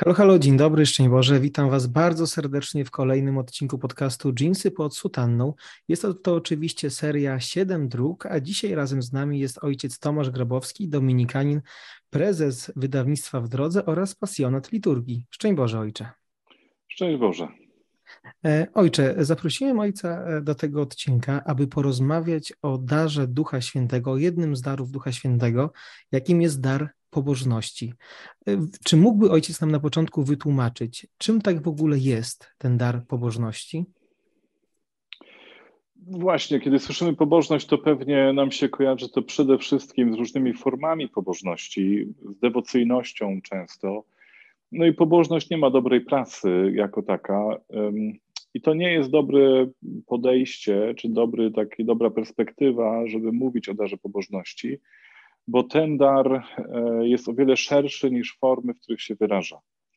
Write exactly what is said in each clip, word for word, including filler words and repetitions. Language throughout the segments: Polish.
Halo, halo, dzień dobry, szczęść Boże. Witam Was bardzo serdecznie w kolejnym odcinku podcastu Dżinsy pod sutanną. Jest to, to oczywiście seria Siedem dróg, a dzisiaj razem z nami jest ojciec Tomasz Grabowski, dominikanin, prezes wydawnictwa W Drodze oraz pasjonat liturgii. Szczęść Boże, ojcze. Szczęść Boże. E, Ojcze, zaprosiłem ojca e, do tego odcinka, aby porozmawiać o darze Ducha Świętego, o jednym z darów Ducha Świętego, jakim jest dar pobożności. E, Czy mógłby ojciec nam na początku wytłumaczyć, czym tak w ogóle jest ten dar pobożności? Właśnie, kiedy słyszymy pobożność, to pewnie nam się kojarzy to przede wszystkim z różnymi formami pobożności, z dewocyjnością często. No i pobożność nie ma dobrej pracy jako taka. Ym, I to nie jest dobre podejście, czy dobry, taki, dobra perspektywa, żeby mówić o darze pobożności, bo ten dar e, jest o wiele szerszy niż formy, w których się wyraża.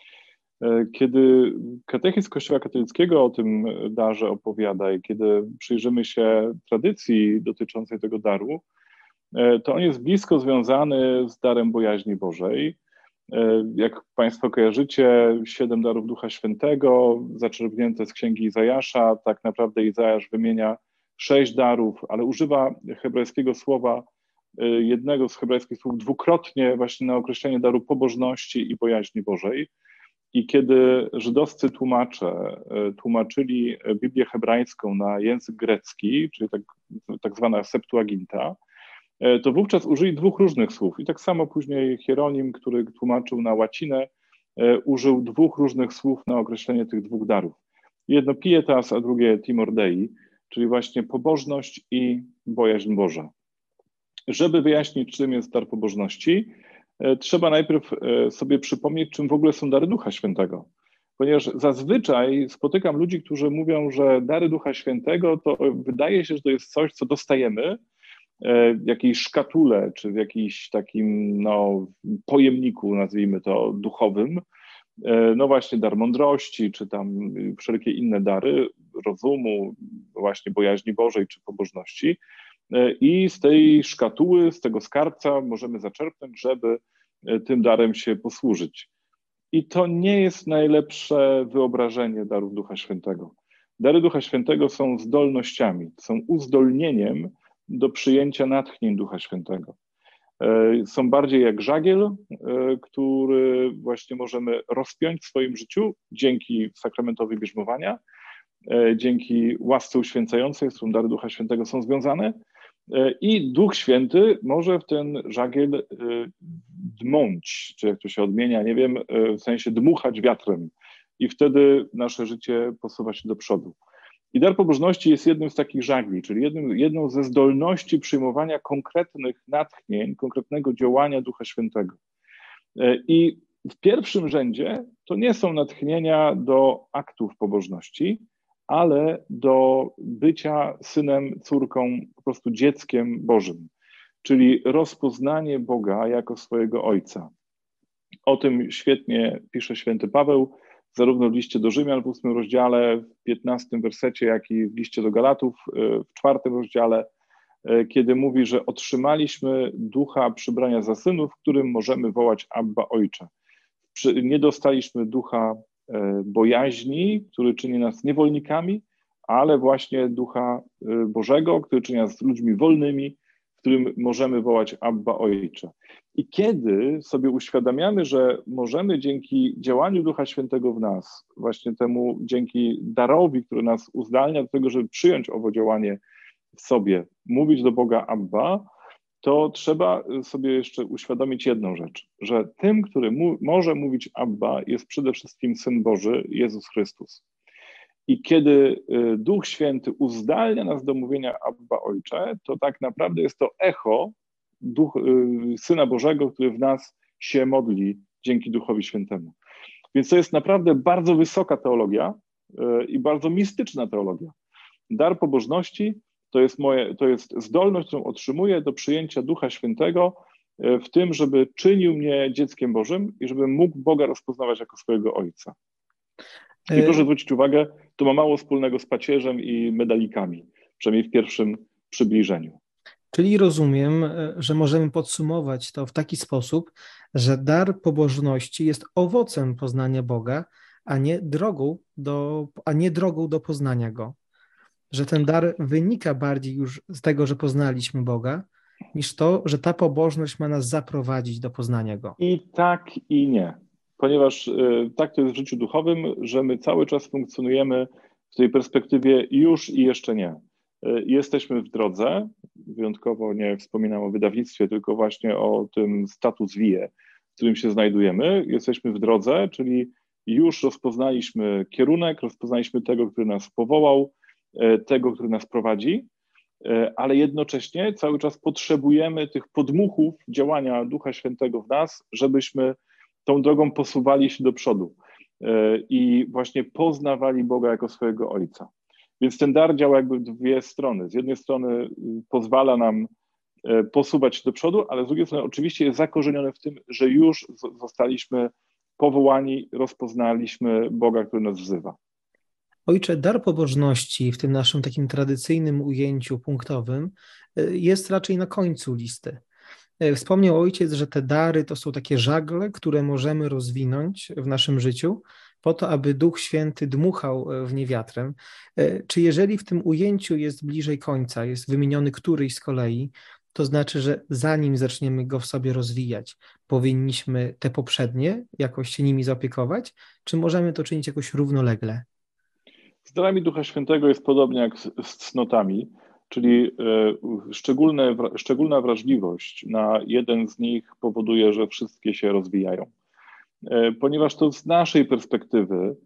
Kiedy katechizm Kościoła katolickiego o tym darze opowiada i kiedy przyjrzymy się tradycji dotyczącej tego daru, to on jest blisko związany z darem bojaźni Bożej. Jak Państwo kojarzycie, siedem darów Ducha Świętego, zaczerpnięte z Księgi Izajasza, tak naprawdę Izajasz wymienia sześć darów, ale używa hebrajskiego słowa, jednego z hebrajskich słów dwukrotnie właśnie na określenie daru pobożności i bojaźni Bożej. I kiedy żydowscy tłumacze tłumaczyli Biblię hebrajską na język grecki, czyli tak, tak zwana Septuaginta, to wówczas użyli dwóch różnych słów. I tak samo później Hieronim, który tłumaczył na łacinę, użył dwóch różnych słów na określenie tych dwóch darów. Jedno pietas, a drugie timor dei, czyli właśnie pobożność i bojaźń Boża. Żeby wyjaśnić, czym jest dar pobożności, trzeba najpierw sobie przypomnieć, czym w ogóle są dary Ducha Świętego. Ponieważ zazwyczaj spotykam ludzi, którzy mówią, że dary Ducha Świętego to wydaje się, że to jest coś, co dostajemy w jakiejś szkatule, czy w jakimś takim no, pojemniku, nazwijmy to, duchowym. No właśnie dar mądrości, czy tam wszelkie inne dary, rozumu, właśnie bojaźni Bożej, czy pobożności. I z tej szkatuły, z tego skarbca możemy zaczerpnąć, żeby tym darem się posłużyć. I to nie jest najlepsze wyobrażenie darów Ducha Świętego. Dary Ducha Świętego są zdolnościami, są uzdolnieniem do przyjęcia natchnień Ducha Świętego. Są bardziej jak żagiel, który właśnie możemy rozpiąć w swoim życiu dzięki sakramentowi bierzmowania, dzięki łasce uświęcającej, z którą dary Ducha Świętego są związane. I Duch Święty może w ten żagiel dmąć, czy jak to się odmienia, nie wiem, w sensie dmuchać wiatrem. I wtedy nasze życie posuwa się do przodu. I dar pobożności jest jednym z takich żagli, czyli jednym, jedną ze zdolności przyjmowania konkretnych natchnień, konkretnego działania Ducha Świętego. I w pierwszym rzędzie to nie są natchnienia do aktów pobożności, ale do bycia synem, córką, po prostu dzieckiem Bożym, czyli rozpoznanie Boga jako swojego Ojca. O tym świetnie pisze święty Paweł, zarówno w liście do Rzymian w ósmym rozdziale, w piętnastym wersecie, jak i w liście do Galatów w czwartym rozdziale, kiedy mówi, że otrzymaliśmy ducha przybrania za synów, w którym możemy wołać Abba, Ojcze. Nie dostaliśmy ducha bojaźni, który czyni nas niewolnikami, ale właśnie ducha Bożego, który czyni nas ludźmi wolnymi, w którym możemy wołać Abba, Ojcze. I kiedy sobie uświadamiamy, że możemy dzięki działaniu Ducha Świętego w nas, właśnie temu dzięki darowi, który nas uzdalnia do tego, żeby przyjąć owo działanie w sobie, mówić do Boga Abba, to trzeba sobie jeszcze uświadomić jedną rzecz, że tym, który mu, może mówić Abba, jest przede wszystkim Syn Boży, Jezus Chrystus. I kiedy Duch Święty uzdalnia nas do mówienia Abba, Ojcze, to tak naprawdę jest to echo Duch, Syna Bożego, który w nas się modli dzięki Duchowi Świętemu. Więc to jest naprawdę bardzo wysoka teologia i bardzo mistyczna teologia. Dar pobożności to jest, moje, to jest zdolność, którą otrzymuję do przyjęcia Ducha Świętego w tym, żeby czynił mnie dzieckiem Bożym i żebym mógł Boga rozpoznawać jako swojego Ojca. I proszę zwrócić uwagę, to ma mało wspólnego z pacierzem i medalikami, przynajmniej w pierwszym przybliżeniu. Czyli rozumiem, że możemy podsumować to w taki sposób, że dar pobożności jest owocem poznania Boga, a nie drogą do, a nie drogą do poznania Go. Że ten dar wynika bardziej już z tego, że poznaliśmy Boga, niż to, że ta pobożność ma nas zaprowadzić do poznania Go. I tak, i nie. Ponieważ y, tak to jest w życiu duchowym, że my cały czas funkcjonujemy w tej perspektywie już i jeszcze nie. Y, jesteśmy w drodze, wyjątkowo nie wspominam o wydawnictwie, tylko właśnie o tym status vie, w którym się znajdujemy. Jesteśmy w drodze, czyli już rozpoznaliśmy kierunek, rozpoznaliśmy tego, który nas powołał, y, tego, który nas prowadzi, ale jednocześnie cały czas potrzebujemy tych podmuchów działania Ducha Świętego w nas, żebyśmy tą drogą posuwali się do przodu i właśnie poznawali Boga jako swojego Ojca. Więc ten dar działa jakby w dwie strony. Z jednej strony pozwala nam posuwać się do przodu, ale z drugiej strony oczywiście jest zakorzenione w tym, że już zostaliśmy powołani, rozpoznaliśmy Boga, który nas wzywa. Ojcze, dar pobożności w tym naszym takim tradycyjnym ujęciu punktowym jest raczej na końcu listy. Wspomniał ojciec, że te dary to są takie żagle, które możemy rozwinąć w naszym życiu po to, aby Duch Święty dmuchał w nie wiatrem. Czy jeżeli w tym ujęciu jest bliżej końca, jest wymieniony któryś z kolei, to znaczy, że zanim zaczniemy go w sobie rozwijać, powinniśmy te poprzednie jakoś się nimi zaopiekować, czy możemy to czynić jakoś równolegle? Z darami Ducha Świętego jest podobnie jak z, z cnotami, czyli szczególne, szczególna wrażliwość na jeden z nich powoduje, że wszystkie się rozwijają. Ponieważ to z naszej perspektywy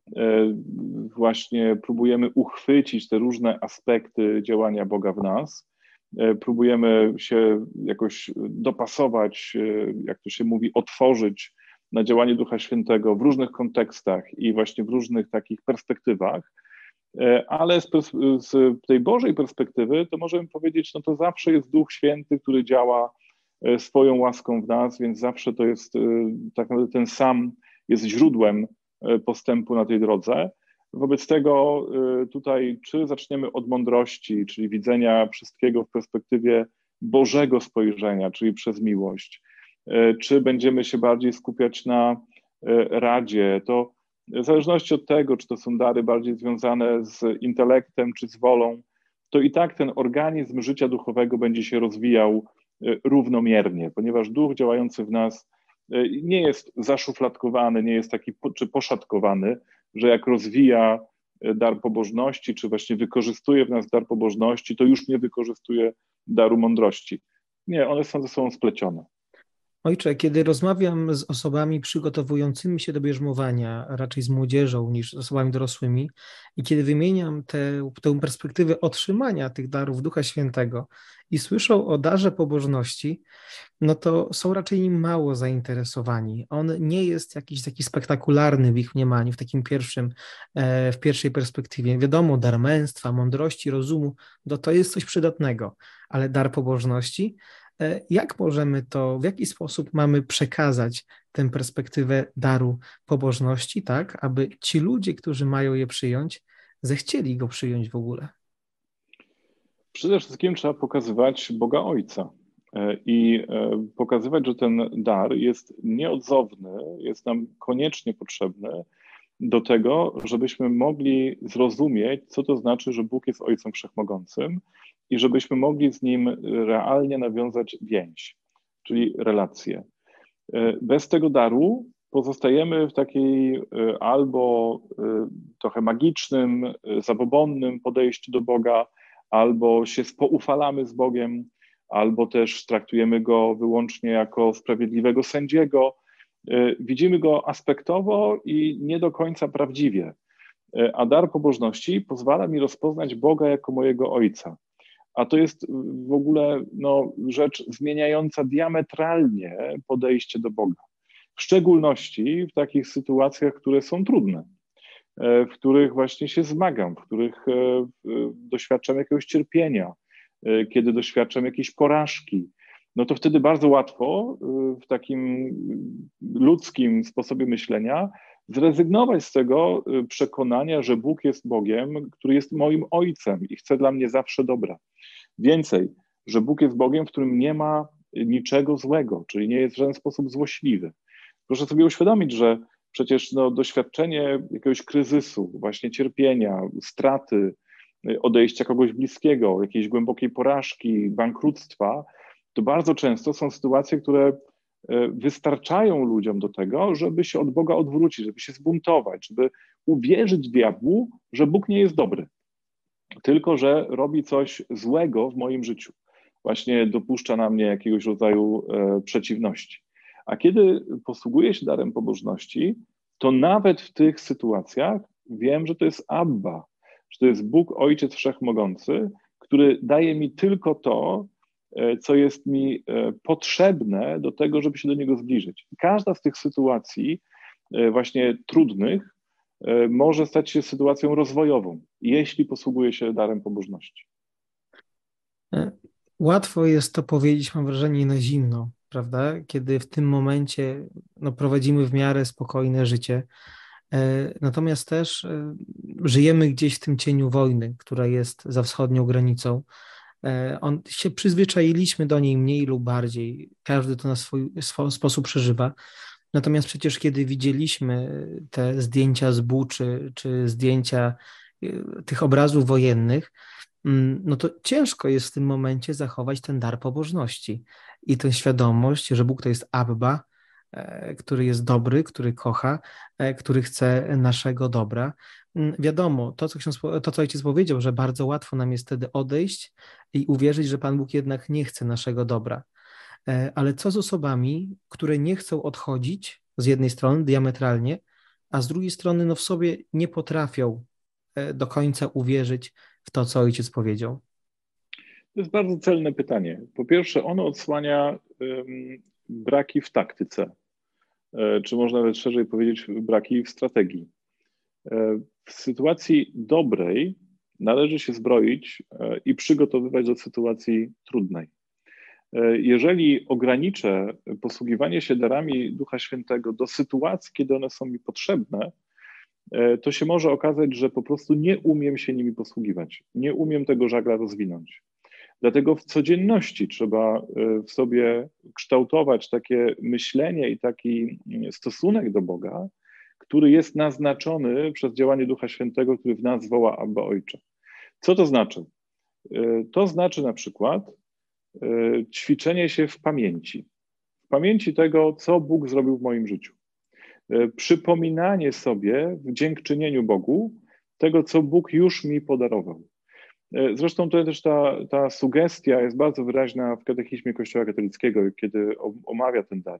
właśnie próbujemy uchwycić te różne aspekty działania Boga w nas, próbujemy się jakoś dopasować, jak to się mówi, otworzyć na działanie Ducha Świętego w różnych kontekstach i właśnie w różnych takich perspektywach, ale z, z tej Bożej perspektywy to możemy powiedzieć, no to zawsze jest Duch Święty, który działa swoją łaską w nas, więc zawsze to jest tak naprawdę ten sam jest źródłem postępu na tej drodze. Wobec tego tutaj czy zaczniemy od mądrości, czyli widzenia wszystkiego w perspektywie Bożego spojrzenia, czyli przez miłość, czy będziemy się bardziej skupiać na radzie, to w zależności od tego, czy to są dary bardziej związane z intelektem, czy z wolą, to i tak ten organizm życia duchowego będzie się rozwijał równomiernie, ponieważ duch działający w nas nie jest zaszufladkowany, nie jest taki czy poszatkowany, że jak rozwija dar pobożności, czy właśnie wykorzystuje w nas dar pobożności, to już nie wykorzystuje daru mądrości. Nie, one są ze sobą splecione. Ojcze, kiedy rozmawiam z osobami przygotowującymi się do bierzmowania, raczej z młodzieżą niż z osobami dorosłymi, i kiedy wymieniam tę, tę perspektywę otrzymania tych darów Ducha Świętego i słyszą o darze pobożności, no to są raczej nim mało zainteresowani. On nie jest jakiś taki spektakularny w ich mniemaniu, w takim pierwszym, w pierwszej perspektywie. Wiadomo, dar męstwa, mądrości, rozumu, no to jest coś przydatnego, ale dar pobożności, jak możemy to, w jaki sposób mamy przekazać tę perspektywę daru pobożności, tak, aby ci ludzie, którzy mają je przyjąć, zechcieli go przyjąć w ogóle? Przede wszystkim trzeba pokazywać Boga Ojca i pokazywać, że ten dar jest nieodzowny, jest nam koniecznie potrzebny do tego, żebyśmy mogli zrozumieć, co to znaczy, że Bóg jest Ojcem Wszechmogącym i żebyśmy mogli z Nim realnie nawiązać więź, czyli relacje. Bez tego daru pozostajemy w takiej albo trochę magicznym, zabobonnym podejściu do Boga, albo się spoufalamy z Bogiem, albo też traktujemy Go wyłącznie jako sprawiedliwego sędziego. Widzimy Go aspektowo i nie do końca prawdziwie. A dar pobożności pozwala mi rozpoznać Boga jako mojego Ojca. A to jest w ogóle no, rzecz zmieniająca diametralnie podejście do Boga. W szczególności w takich sytuacjach, które są trudne, w których właśnie się zmagam, w których doświadczam jakiegoś cierpienia, kiedy doświadczam jakiejś porażki. No to wtedy bardzo łatwo w takim ludzkim sposobie myślenia zrezygnować z tego przekonania, że Bóg jest Bogiem, który jest moim Ojcem i chce dla mnie zawsze dobra. Więcej, że Bóg jest Bogiem, w którym nie ma niczego złego, czyli nie jest w żaden sposób złośliwy. Proszę sobie uświadomić, że przecież no, doświadczenie jakiegoś kryzysu, właśnie cierpienia, straty, odejścia kogoś bliskiego, jakiejś głębokiej porażki, bankructwa, to bardzo często są sytuacje, które wystarczają ludziom do tego, żeby się od Boga odwrócić, żeby się zbuntować, żeby uwierzyć diabłu, że Bóg nie jest dobry, tylko że robi coś złego w moim życiu. Właśnie dopuszcza na mnie jakiegoś rodzaju e, przeciwności. A kiedy posługuję się darem pobożności, to nawet w tych sytuacjach wiem, że to jest Abba, że to jest Bóg Ojciec Wszechmogący, który daje mi tylko to, co jest mi potrzebne do tego, żeby się do Niego zbliżyć. Każda z tych sytuacji właśnie trudnych może stać się sytuacją rozwojową, jeśli posługuje się darem pobożności. Łatwo jest to powiedzieć, mam wrażenie, na zimno, prawda? Kiedy w tym momencie no, prowadzimy w miarę spokojne życie. Natomiast też żyjemy gdzieś w tym cieniu wojny, która jest za wschodnią granicą. On, się przyzwyczailiśmy do niej mniej lub bardziej. Każdy to na swój, swój sposób przeżywa. Natomiast przecież kiedy widzieliśmy te zdjęcia z Buczy, czy zdjęcia tych obrazów wojennych, no to ciężko jest w tym momencie zachować ten dar pobożności i tę świadomość, że Bóg to jest Abba, który jest dobry, który kocha, który chce naszego dobra. Wiadomo, to co, ksiądz, to, co ojciec powiedział, że bardzo łatwo nam jest wtedy odejść i uwierzyć, że Pan Bóg jednak nie chce naszego dobra. Ale co z osobami, które nie chcą odchodzić z jednej strony diametralnie, a z drugiej strony no w sobie nie potrafią do końca uwierzyć w to, co ojciec powiedział? To jest bardzo celne pytanie. Po pierwsze, ono odsłania um, braki w taktyce, e, czy można nawet szerzej powiedzieć braki w strategii. E, w sytuacji dobrej należy się zbroić e, i przygotowywać do sytuacji trudnej. E, jeżeli ograniczę posługiwanie się darami Ducha Świętego do sytuacji, kiedy one są mi potrzebne, e, to się może okazać, że po prostu nie umiem się nimi posługiwać, nie umiem tego żagla rozwinąć. Dlatego w codzienności trzeba w sobie kształtować takie myślenie i taki stosunek do Boga, który jest naznaczony przez działanie Ducha Świętego, który w nas woła Abba Ojcze. Co to znaczy? To znaczy na przykład ćwiczenie się w pamięci. W pamięci tego, co Bóg zrobił w moim życiu. Przypominanie sobie w dziękczynieniu Bogu tego, co Bóg już mi podarował. Zresztą to też ta, ta sugestia jest bardzo wyraźna w katechizmie Kościoła katolickiego, kiedy omawia ten dar.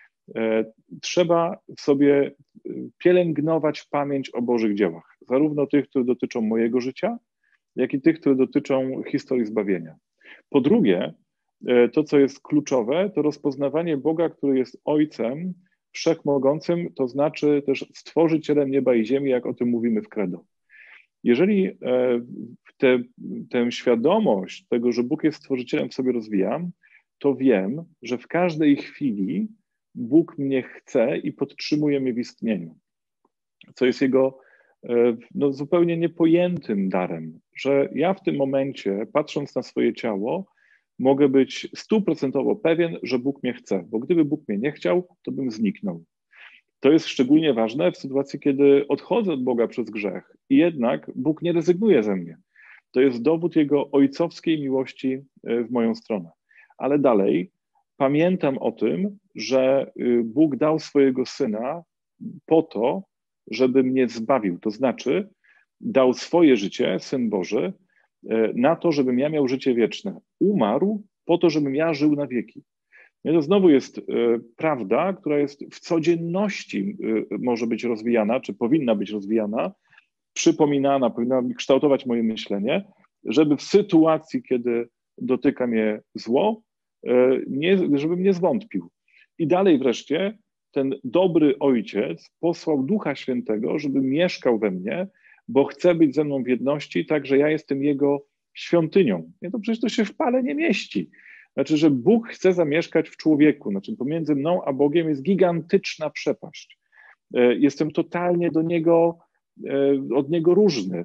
Trzeba w sobie pielęgnować pamięć o Bożych dziełach, zarówno tych, które dotyczą mojego życia, jak i tych, które dotyczą historii zbawienia. Po drugie, to co jest kluczowe, to rozpoznawanie Boga, który jest Ojcem Wszechmogącym, to znaczy też Stworzycielem nieba i ziemi, jak o tym mówimy w Credo. Jeżeli te, tę świadomość tego, że Bóg jest Stworzycielem, w sobie rozwijam, to wiem, że w każdej chwili Bóg mnie chce i podtrzymuje mnie w istnieniu, co jest Jego no, zupełnie niepojętym darem, że ja w tym momencie, patrząc na swoje ciało, mogę być stuprocentowo pewien, że Bóg mnie chce, bo gdyby Bóg mnie nie chciał, to bym zniknął. To jest szczególnie ważne w sytuacji, kiedy odchodzę od Boga przez grzech i jednak Bóg nie rezygnuje ze mnie. To jest dowód Jego ojcowskiej miłości w moją stronę. Ale dalej pamiętam o tym, że Bóg dał swojego Syna po to, żeby mnie zbawił. To znaczy dał swoje życie, Syn Boży, na to, żebym ja miał życie wieczne. Umarł po to, żebym ja żył na wieki. To znowu jest y, prawda, która jest w codzienności y, może być rozwijana, czy powinna być rozwijana, przypominana, powinna mi kształtować moje myślenie, żeby w sytuacji, kiedy dotyka mnie zło, y, nie, żebym nie zwątpił. I dalej wreszcie ten dobry Ojciec posłał Ducha Świętego, żeby mieszkał we mnie, bo chce być ze mną w jedności, tak, że ja jestem Jego świątynią. Nie, to przecież to się w pale nie mieści. Znaczy, że Bóg chce zamieszkać w człowieku. Znaczy, pomiędzy mną a Bogiem jest gigantyczna przepaść. Jestem totalnie do Niego, od Niego różny.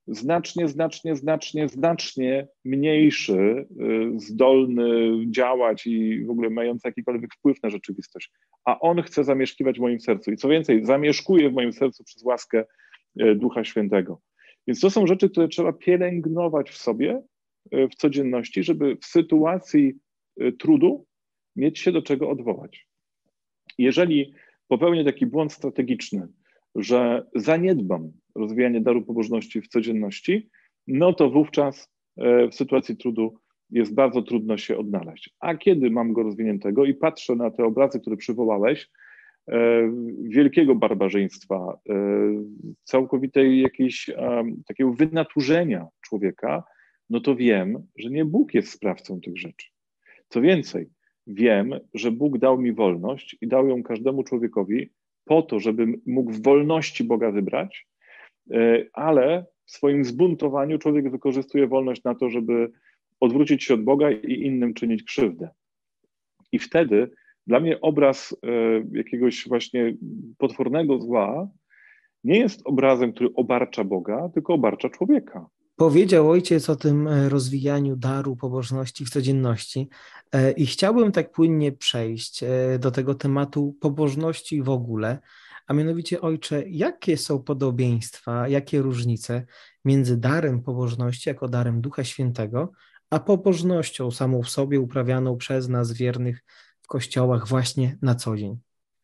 znacznie, znacznie, znacznie, znacznie mniejszy, zdolny działać i w ogóle mający jakikolwiek wpływ na rzeczywistość. A On chce zamieszkiwać w moim sercu. I co więcej, zamieszkuje w moim sercu przez łaskę Ducha Świętego. Więc to są rzeczy, które trzeba pielęgnować w sobie w codzienności, żeby w sytuacji trudu mieć się do czego odwołać. Jeżeli popełnię taki błąd strategiczny, że zaniedbam rozwijanie daru pobożności w codzienności, no to wówczas w sytuacji trudu jest bardzo trudno się odnaleźć. A kiedy mam go rozwiniętego i patrzę na te obrazy, które przywołałeś, wielkiego barbarzyństwa, całkowitej jakiejś takiego wynaturzenia człowieka, no to wiem, że nie Bóg jest sprawcą tych rzeczy. Co więcej, wiem, że Bóg dał mi wolność i dał ją każdemu człowiekowi po to, żebym mógł w wolności Boga wybrać, ale w swoim zbuntowaniu człowiek wykorzystuje wolność na to, żeby odwrócić się od Boga i innym czynić krzywdę. I wtedy dla mnie obraz jakiegoś właśnie potwornego zła nie jest obrazem, który obarcza Boga, tylko obarcza człowieka. Powiedział ojciec o tym rozwijaniu daru pobożności w codzienności i chciałbym tak płynnie przejść do tego tematu pobożności w ogóle, a mianowicie, ojcze, jakie są podobieństwa, jakie różnice między darem pobożności jako darem Ducha Świętego, a pobożnością samą w sobie uprawianą przez nas wiernych w kościołach właśnie na co dzień?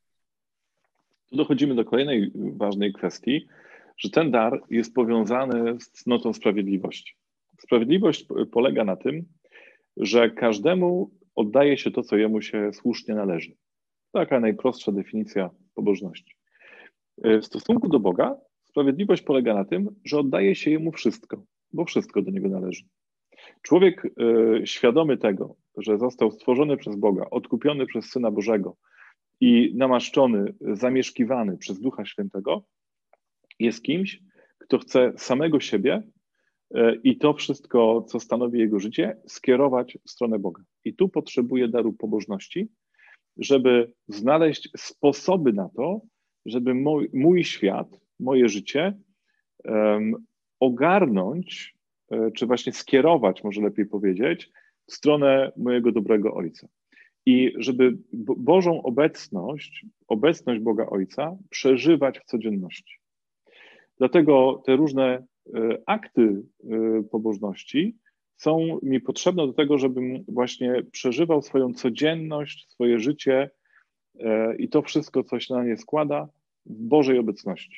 Tu dochodzimy do kolejnej ważnej kwestii, że ten dar jest powiązany z cnotą sprawiedliwości. Sprawiedliwość polega na tym, że każdemu oddaje się to, co jemu się słusznie należy. Taka najprostsza definicja pobożności. W stosunku do Boga sprawiedliwość polega na tym, że oddaje się Jemu wszystko, bo wszystko do Niego należy. Człowiek y, świadomy tego, że został stworzony przez Boga, odkupiony przez Syna Bożego i namaszczony, zamieszkiwany przez Ducha Świętego, jest kimś, kto chce samego siebie y, i to wszystko, co stanowi jego życie, skierować w stronę Boga. I tu potrzebuje daru pobożności, żeby znaleźć sposoby na to, żeby mój, mój świat, moje życie um, ogarnąć, czy właśnie skierować, może lepiej powiedzieć, w stronę mojego dobrego Ojca. I żeby Bożą obecność, obecność Boga Ojca przeżywać w codzienności. Dlatego te różne akty pobożności są mi potrzebne do tego, żebym właśnie przeżywał swoją codzienność, swoje życie i to wszystko, co się na nie składa, w Bożej obecności.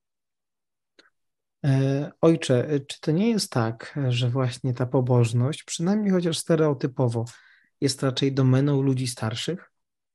Ojcze, czy to nie jest tak, że właśnie ta pobożność, przynajmniej chociaż stereotypowo, jest raczej domeną ludzi starszych?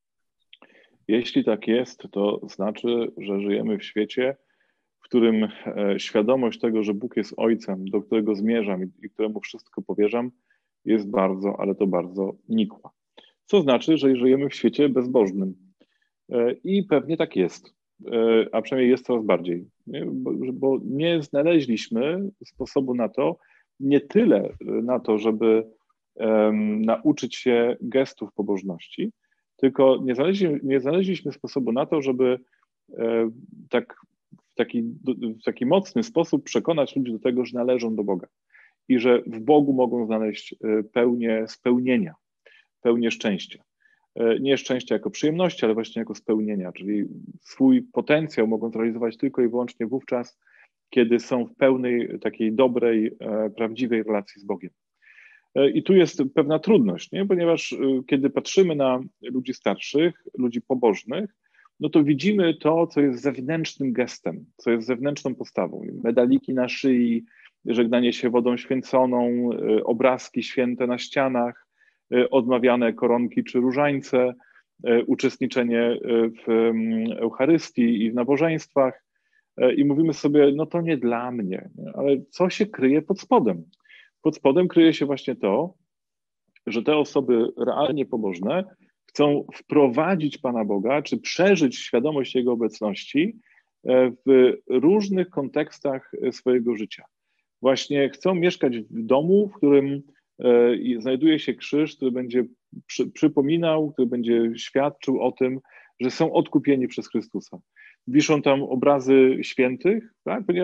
Jeśli tak jest, to znaczy, że żyjemy w świecie, w którym świadomość tego, że Bóg jest Ojcem, do którego zmierzam i któremu wszystko powierzam, jest bardzo, ale to bardzo nikła. Co znaczy, że żyjemy w świecie bezbożnym. I pewnie tak jest, a przynajmniej jest coraz bardziej, nie? Bo, bo nie znaleźliśmy sposobu na to, nie tyle na to, żeby um, nauczyć się gestów pobożności, tylko nie znaleźliśmy, nie znaleźliśmy sposobu na to, żeby um, tak, w, taki, w taki mocny sposób przekonać ludzi do tego, że należą do Boga i że w Bogu mogą znaleźć pełnię spełnienia, pełnię szczęścia. Nie szczęścia jako przyjemności, ale właśnie jako spełnienia, czyli swój potencjał mogą zrealizować tylko i wyłącznie wówczas, kiedy są w pełnej takiej dobrej, prawdziwej relacji z Bogiem. I tu jest pewna trudność, nie? Ponieważ kiedy patrzymy na ludzi starszych, ludzi pobożnych, no to widzimy to, co jest zewnętrznym gestem, co jest zewnętrzną postawą. Medaliki na szyi, żegnanie się wodą święconą, obrazki święte na ścianach, odmawiane koronki czy różańce, uczestniczenie w Eucharystii i w nabożeństwach i mówimy sobie, no to nie dla mnie, ale co się kryje pod spodem? Pod spodem kryje się właśnie to, że te osoby realnie pobożne chcą wprowadzić Pana Boga, czy przeżyć świadomość Jego obecności w różnych kontekstach swojego życia. Właśnie chcą mieszkać w domu, w którym znajduje się krzyż, który będzie przy, przypominał, który będzie świadczył o tym, że są odkupieni przez Chrystusa. Wiszą tam obrazy świętych, tak? Ponieważ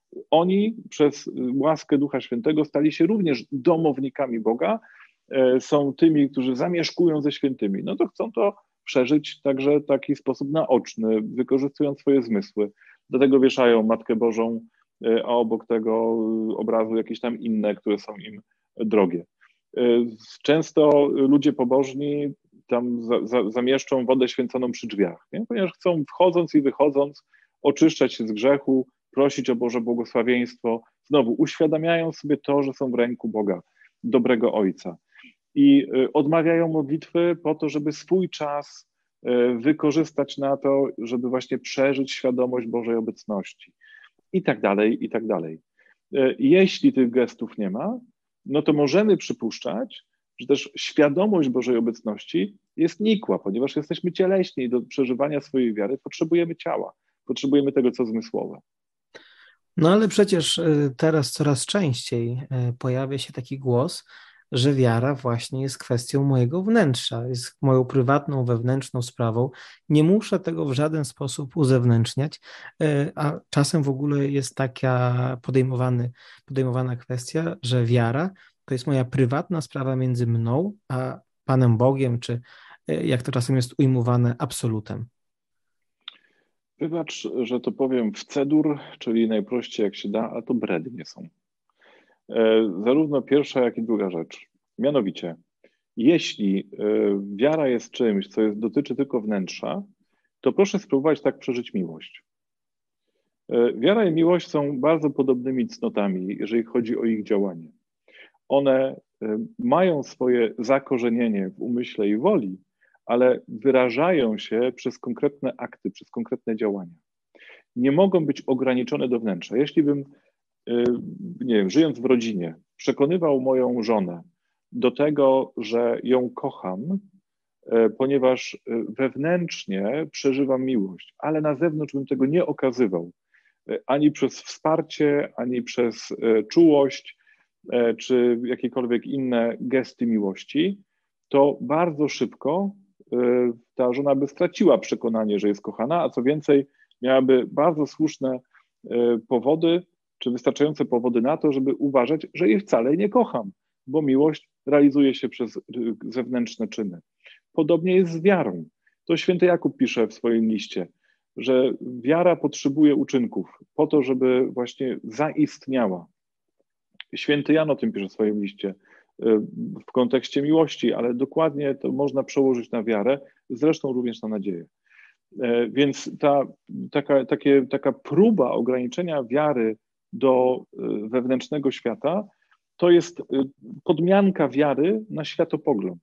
Oni przez łaskę Ducha Świętego stali się również domownikami Boga, są tymi, którzy zamieszkują ze świętymi. No to chcą to przeżyć także w taki sposób naoczny, wykorzystując swoje zmysły. Do tego wieszają Matkę Bożą, a obok tego obrazu jakieś tam inne, które są im drogie. Często ludzie pobożni tam za, za, zamieszczą wodę święconą przy drzwiach, nie? Ponieważ chcą wchodząc i wychodząc oczyszczać się z grzechu, prosić o Boże błogosławieństwo. Znowu uświadamiają sobie to, że są w ręku Boga, dobrego Ojca. I odmawiają modlitwy po to, żeby swój czas wykorzystać na to, żeby właśnie przeżyć świadomość Bożej obecności. I tak dalej, i tak dalej. Jeśli tych gestów nie ma, no to możemy przypuszczać, że też świadomość Bożej obecności jest nikła, ponieważ jesteśmy cieleśni i do przeżywania swojej wiary potrzebujemy ciała, potrzebujemy tego, co zmysłowe. No ale przecież teraz coraz częściej pojawia się taki głos, że wiara właśnie jest kwestią mojego wnętrza, jest moją prywatną, wewnętrzną sprawą. Nie muszę tego w żaden sposób uzewnętrzniać, a czasem w ogóle jest taka podejmowany, podejmowana kwestia, że wiara to jest moja prywatna sprawa między mną a Panem Bogiem, czy jak to czasem jest ujmowane, absolutem. Wybacz, że to powiem w cedur, czyli najprościej jak się da, a to brednie są. Zarówno pierwsza, jak i druga rzecz. Mianowicie, jeśli wiara jest czymś, co jest, dotyczy tylko wnętrza, to proszę spróbować tak przeżyć miłość. Wiara i miłość są bardzo podobnymi cnotami, jeżeli chodzi o ich działanie. One mają swoje zakorzenienie w umyśle i woli, ale wyrażają się przez konkretne akty, przez konkretne działania. Nie mogą być ograniczone do wnętrza. Jeśli bym, nie wiem, żyjąc w rodzinie, przekonywał moją żonę do tego, że ją kocham, ponieważ wewnętrznie przeżywam miłość, ale na zewnątrz bym tego nie okazywał, ani przez wsparcie, ani przez czułość, czy jakiekolwiek inne gesty miłości, to bardzo szybko ta żona by straciła przekonanie, że jest kochana, a co więcej, miałaby bardzo słuszne powody, czy wystarczające powody na to, żeby uważać, że jej wcale nie kocham, bo miłość realizuje się przez zewnętrzne czyny. Podobnie jest z wiarą. To święty Jakub pisze w swoim liście, że wiara potrzebuje uczynków po to, żeby właśnie zaistniała. Święty Jan o tym pisze w swoim liście w kontekście miłości, ale dokładnie to można przełożyć na wiarę, zresztą również na nadzieję. Więc ta, taka, takie, taka próba ograniczenia wiary do wewnętrznego świata to jest podmianka wiary na światopogląd.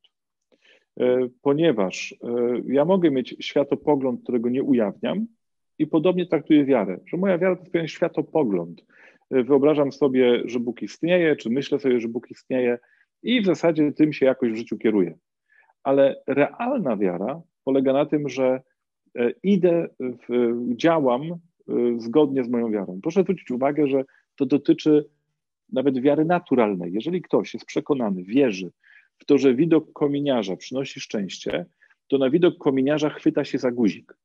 Ponieważ ja mogę mieć światopogląd, którego nie ujawniam i podobnie traktuję wiarę, że moja wiara to jest pewien światopogląd. Wyobrażam sobie, że Bóg istnieje, czy myślę sobie, że Bóg istnieje i w zasadzie tym się jakoś w życiu kieruję. Ale realna wiara polega na tym, że idę, w, działam zgodnie z moją wiarą. Proszę zwrócić uwagę, że to dotyczy nawet wiary naturalnej. Jeżeli ktoś jest przekonany, wierzy w to, że widok kominiarza przynosi szczęście, to na widok kominiarza chwyta się za guzik.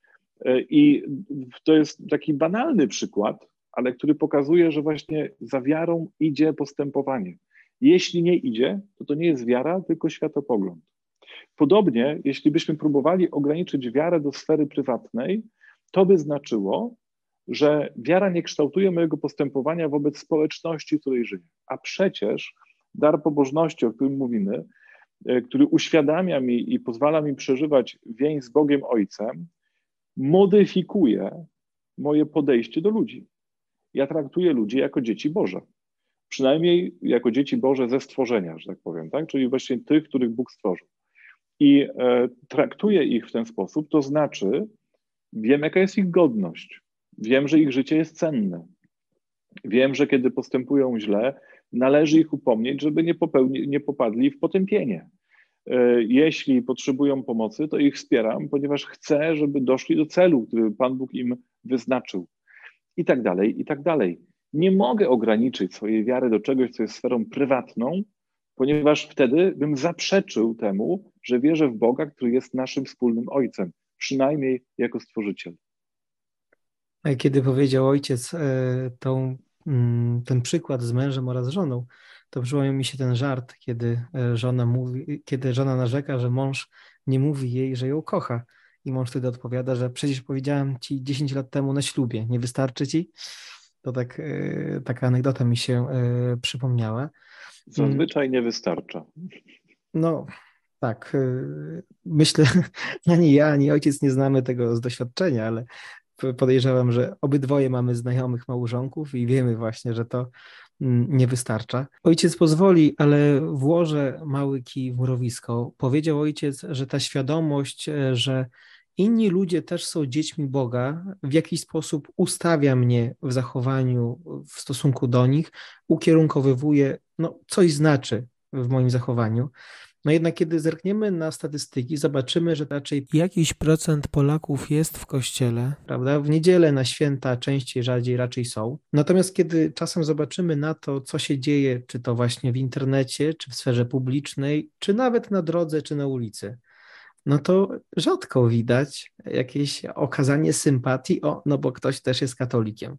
I to jest taki banalny przykład, ale który pokazuje, że właśnie za wiarą idzie postępowanie. Jeśli nie idzie, to to nie jest wiara, tylko światopogląd. Podobnie, jeśli byśmy próbowali ograniczyć wiarę do sfery prywatnej, to by znaczyło, że wiara nie kształtuje mojego postępowania wobec społeczności, w której żyję. A przecież dar pobożności, o którym mówimy, który uświadamia mi i pozwala mi przeżywać więź z Bogiem Ojcem, modyfikuje moje podejście do ludzi. Ja traktuję ludzi jako dzieci Boże. Przynajmniej jako dzieci Boże ze stworzenia, że tak powiem, tak? Czyli właśnie tych, których Bóg stworzył. I e, traktuję ich w ten sposób, to znaczy wiem, jaka jest ich godność. Wiem, że ich życie jest cenne. Wiem, że kiedy postępują źle, należy ich upomnieć, żeby nie, popełni, nie popadli w potępienie. E, jeśli potrzebują pomocy, to ich wspieram, ponieważ chcę, żeby doszli do celu, który Pan Bóg im wyznaczył. I tak dalej, i tak dalej. Nie mogę ograniczyć swojej wiary do czegoś, co jest sferą prywatną, ponieważ wtedy bym zaprzeczył temu, że wierzę w Boga, który jest naszym wspólnym Ojcem, przynajmniej jako Stworzyciel. Kiedy powiedział ojciec e, tą, mm, ten przykład z mężem oraz żoną, to przypomniał mi się ten żart, kiedy e, żona mówi, kiedy żona narzeka, że mąż nie mówi jej, że ją kocha. I mąż wtedy odpowiada, że przecież powiedziałem ci dziesięć lat temu na ślubie, nie wystarczy ci? To tak, e, taka anegdota mi się e, przypomniała. Mm, Zazwyczaj nie wystarcza. No, tak. e, Myślę, ani ja, ani ojciec nie znamy tego z doświadczenia, ale podejrzewam, że obydwoje mamy znajomych małżonków i wiemy właśnie, że to mm, nie wystarcza. Ojciec pozwoli, ale włożę mały kij w mrowisko. Powiedział ojciec, że ta świadomość, e, że inni ludzie też są dziećmi Boga, w jakiś sposób ustawia mnie w zachowaniu w stosunku do nich, ukierunkowywuje, no coś znaczy w moim zachowaniu. No jednak kiedy zerkniemy na statystyki, zobaczymy, że raczej jakiś procent Polaków jest w kościele, prawda? W niedzielę, na święta częściej, rzadziej raczej są. Natomiast kiedy czasem zobaczymy na to, co się dzieje, czy to właśnie w internecie, czy w sferze publicznej, czy nawet na drodze, czy na ulicy, no to rzadko widać jakieś okazanie sympatii, o, no bo ktoś też jest katolikiem.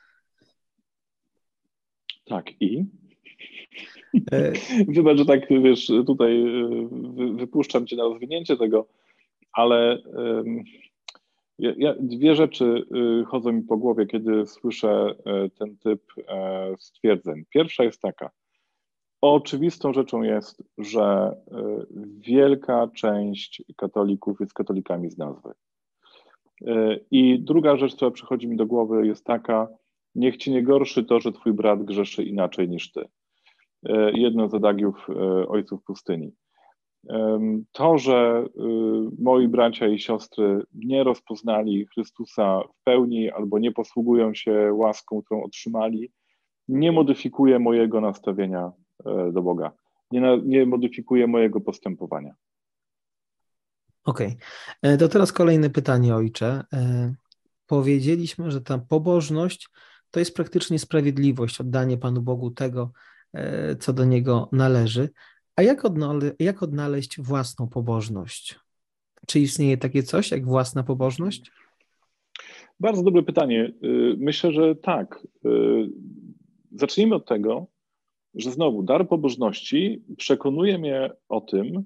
Tak, i? E, Wybacz, że tak, wiesz, tutaj wypuszczam cię na rozwinięcie tego, ale ja, ja, dwie rzeczy chodzą mi po głowie, kiedy słyszę ten typ stwierdzeń. Pierwsza jest taka. Oczywistą rzeczą jest, że wielka część katolików jest katolikami z nazwy. I druga rzecz, która przychodzi mi do głowy, jest taka, niech ci nie gorszy to, że twój brat grzeszy inaczej niż ty. Jedno z adagiów ojców pustyni. To, że moi bracia i siostry nie rozpoznali Chrystusa w pełni albo nie posługują się łaską, którą otrzymali, nie modyfikuje mojego nastawienia do Boga, nie, nie modyfikuje mojego postępowania. Okej, okay. To teraz kolejne pytanie, ojcze. Powiedzieliśmy, że ta pobożność to jest praktycznie sprawiedliwość, oddanie Panu Bogu tego, co do Niego należy. A jak, odnale- jak odnaleźć własną pobożność? Czy istnieje takie coś jak własna pobożność? Bardzo dobre pytanie. Myślę, że tak. Zacznijmy od tego, że znowu dar pobożności przekonuje mnie o tym,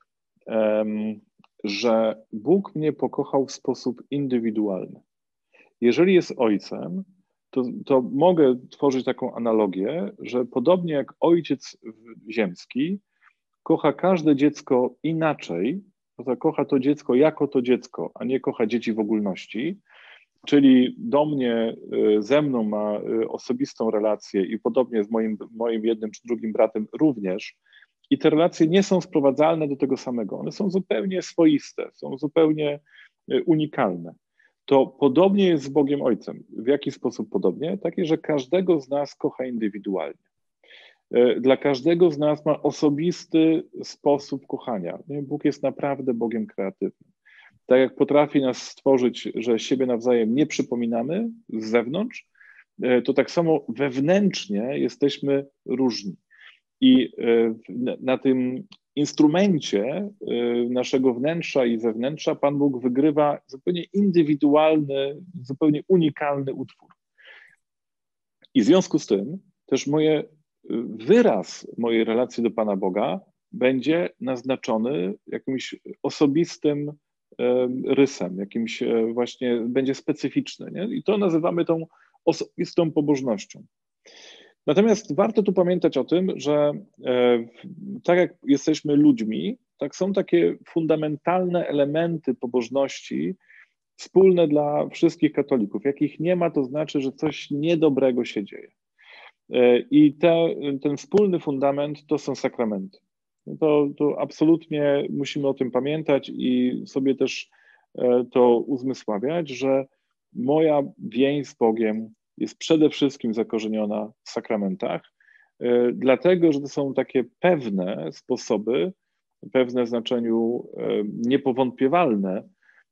że Bóg mnie pokochał w sposób indywidualny. Jeżeli jest ojcem, to, to mogę tworzyć taką analogię, że podobnie jak ojciec ziemski kocha każde dziecko inaczej, to kocha to dziecko jako to dziecko, a nie kocha dzieci w ogólności, czyli do mnie, ze mną ma osobistą relację i podobnie z moim, moim jednym czy drugim bratem również. I te relacje nie są sprowadzalne do tego samego. One są zupełnie swoiste, są zupełnie unikalne. To podobnie jest z Bogiem Ojcem. W jaki sposób podobnie? Takie, że każdego z nas kocha indywidualnie. Dla każdego z nas ma osobisty sposób kochania. Bóg jest naprawdę Bogiem kreatywnym. Tak jak potrafi nas stworzyć, że siebie nawzajem nie przypominamy z zewnątrz, to tak samo wewnętrznie jesteśmy różni. I na tym instrumencie naszego wnętrza i zewnętrza Pan Bóg wygrywa zupełnie indywidualny, zupełnie unikalny utwór. I w związku z tym też moje, wyraz mojej relacji do Pana Boga będzie naznaczony jakimś osobistym rysem, jakimś właśnie będzie specyficzny. Nie? I to nazywamy tą osobistą pobożnością. Natomiast warto tu pamiętać o tym, że e, tak jak jesteśmy ludźmi, tak są takie fundamentalne elementy pobożności wspólne dla wszystkich katolików. Jak ich nie ma, to znaczy, że coś niedobrego się dzieje. E, I te, ten wspólny fundament to są sakramenty. To, to absolutnie musimy o tym pamiętać i sobie też e, to uzmysławiać, że moja więź z Bogiem jest przede wszystkim zakorzeniona w sakramentach, dlatego, że to są takie pewne sposoby, pewne w znaczeniu niepowątpiewalne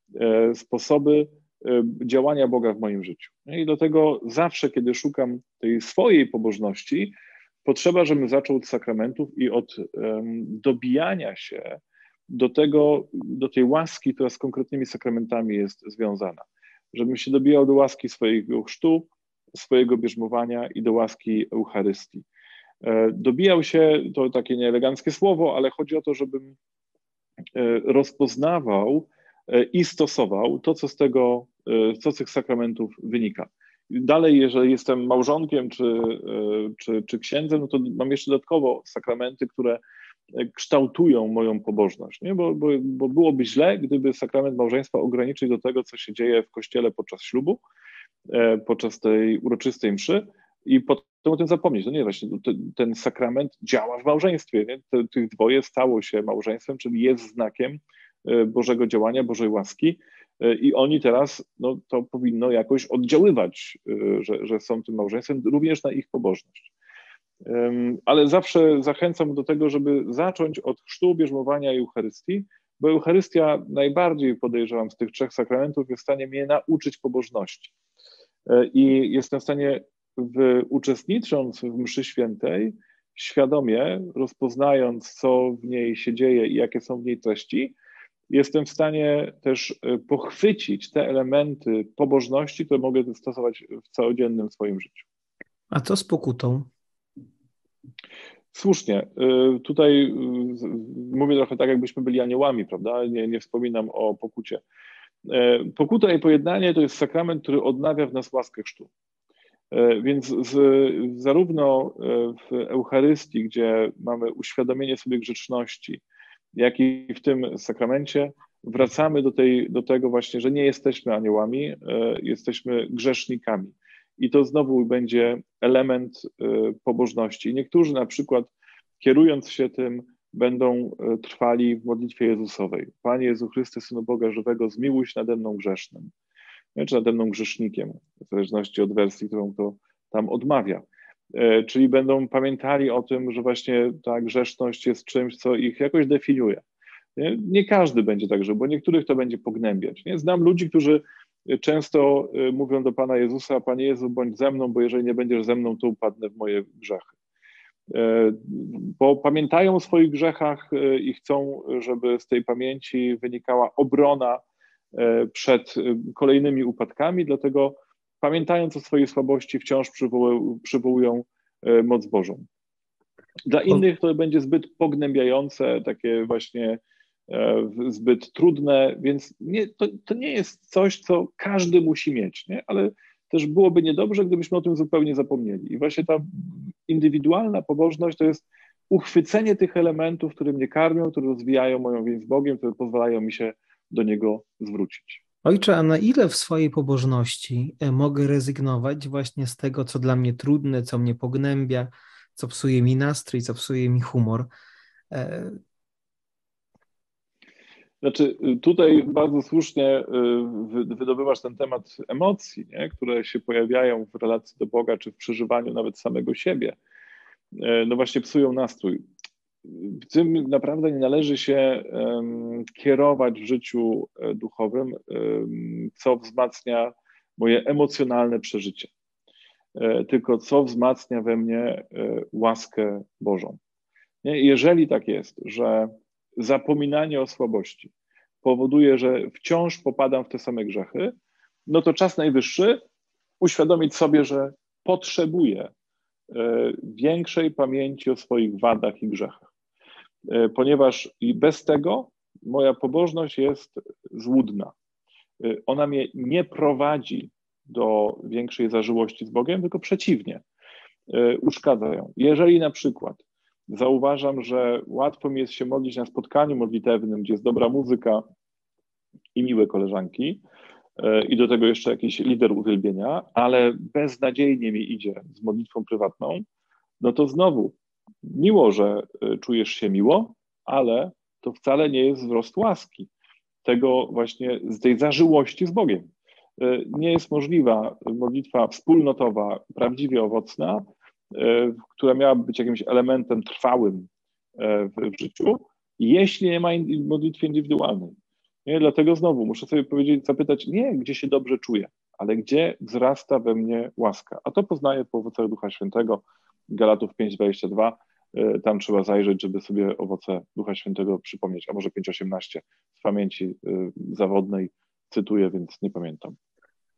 sposoby działania Boga w moim życiu. I dlatego zawsze, kiedy szukam tej swojej pobożności, potrzeba, żebym zaczął od sakramentów i od dobijania się do tego, do tej łaski, która z konkretnymi sakramentami jest związana. żebym się dobijał do łaski swojego chrztu, swojego bierzmowania i do łaski Eucharystii. Dobijał się, to takie nieeleganckie słowo, ale chodzi o to, żebym rozpoznawał i stosował to, co z tego, co z tych sakramentów wynika. Dalej, jeżeli jestem małżonkiem czy, czy, czy księdzem, no to mam jeszcze dodatkowo sakramenty, które kształtują moją pobożność, nie? Bo, bo, bo byłoby źle, gdyby sakrament małżeństwa ograniczyć do tego, co się dzieje w kościele podczas ślubu, podczas tej uroczystej mszy i potem o tym zapomnieć. No nie, właśnie ten, ten sakrament działa w małżeństwie. Nie? Te, tych dwoje stało się małżeństwem, czyli jest znakiem Bożego działania, Bożej łaski i oni teraz, no to powinno jakoś oddziaływać, że, że są tym małżeństwem, również na ich pobożność. Ale zawsze zachęcam do tego, żeby zacząć od chrztu, bierzmowania i Eucharystii, bo Eucharystia najbardziej, podejrzewam, z tych trzech sakramentów jest w stanie mnie nauczyć pobożności. I jestem w stanie, w, uczestnicząc w mszy świętej, świadomie rozpoznając, co w niej się dzieje i jakie są w niej treści, jestem w stanie też pochwycić te elementy pobożności, które mogę stosować w codziennym swoim życiu. A co z pokutą? Słusznie. Tutaj mówię trochę tak, jakbyśmy byli aniołami, prawda? Nie, nie wspominam o pokucie. Pokuta i pojednanie to jest sakrament, który odnawia w nas łaskę chrztu. Więc z, zarówno w Eucharystii, gdzie mamy uświadomienie sobie grzeczności, jak i w tym sakramencie wracamy do, tej, do tego właśnie, że nie jesteśmy aniołami, jesteśmy grzesznikami. I to znowu będzie element pobożności. Niektórzy na przykład, kierując się tym, będą trwali w modlitwie Jezusowej. Panie Jezu Chryste, Synu Boga żywego, zmiłuj się nade mną grzesznym, czy nade mną grzesznikiem, w zależności od wersji, którą to tam odmawia. Czyli będą pamiętali o tym, że właśnie ta grzeszność jest czymś, co ich jakoś definiuje. Nie, nie każdy będzie tak żył, bo niektórych to będzie pognębiać. Nie? Znam ludzi, którzy często mówią do Pana Jezusa: Panie Jezu, bądź ze mną, bo jeżeli nie będziesz ze mną, to upadnę w moje grzechy. Bo pamiętają o swoich grzechach i chcą, żeby z tej pamięci wynikała obrona przed kolejnymi upadkami, dlatego pamiętając o swojej słabości wciąż przywołują, przywołują moc Bożą. Dla innych to będzie zbyt pognębiające, takie właśnie zbyt trudne, więc nie, to, to nie jest coś, co każdy musi mieć, nie? Ale też byłoby niedobrze, gdybyśmy o tym zupełnie zapomnieli. I właśnie ta indywidualna pobożność to jest uchwycenie tych elementów, które mnie karmią, które rozwijają moją więź z Bogiem, które pozwalają mi się do Niego zwrócić. Ojcze, a na ile w swojej pobożności mogę rezygnować właśnie z tego, co dla mnie trudne, co mnie pognębia, co psuje mi nastrój, co psuje mi humor? Znaczy, tutaj bardzo słusznie wydobywasz ten temat emocji, nie? Które się pojawiają w relacji do Boga, czy w przeżywaniu nawet samego siebie. No właśnie psują nastrój. Tym naprawdę nie należy się um, kierować w życiu duchowym, um, co wzmacnia moje emocjonalne przeżycie, e, tylko co wzmacnia we mnie e, łaskę Bożą. Nie? Jeżeli tak jest, że zapominanie o słabości powoduje, że wciąż popadam w te same grzechy, no to czas najwyższy uświadomić sobie, że potrzebuję e, większej pamięci o swoich wadach i grzechach. Ponieważ i bez tego moja pobożność jest złudna. Ona mnie nie prowadzi do większej zażyłości z Bogiem, tylko przeciwnie, uszkadza ją. Jeżeli na przykład zauważam, że łatwo mi jest się modlić na spotkaniu modlitewnym, gdzie jest dobra muzyka i miłe koleżanki, i do tego jeszcze jakiś lider uwielbienia, ale beznadziejnie mi idzie z modlitwą prywatną, no to znowu miło, że czujesz się miło, ale to wcale nie jest wzrost łaski. Tego właśnie, z tej zażyłości z Bogiem. Nie jest możliwa modlitwa wspólnotowa, prawdziwie owocna, która miałaby być jakimś elementem trwałym w życiu, jeśli nie ma modlitwy indywidualnej. Nie? Dlatego znowu muszę sobie powiedzieć, zapytać, nie gdzie się dobrze czuję, ale gdzie wzrasta we mnie łaska. A to poznaję po owocach Ducha Świętego, Galatów pięć dwadzieścia dwa. Tam trzeba zajrzeć, żeby sobie owoce Ducha Świętego przypomnieć, a może pięć osiemnaście z pamięci zawodnej cytuję, więc nie pamiętam.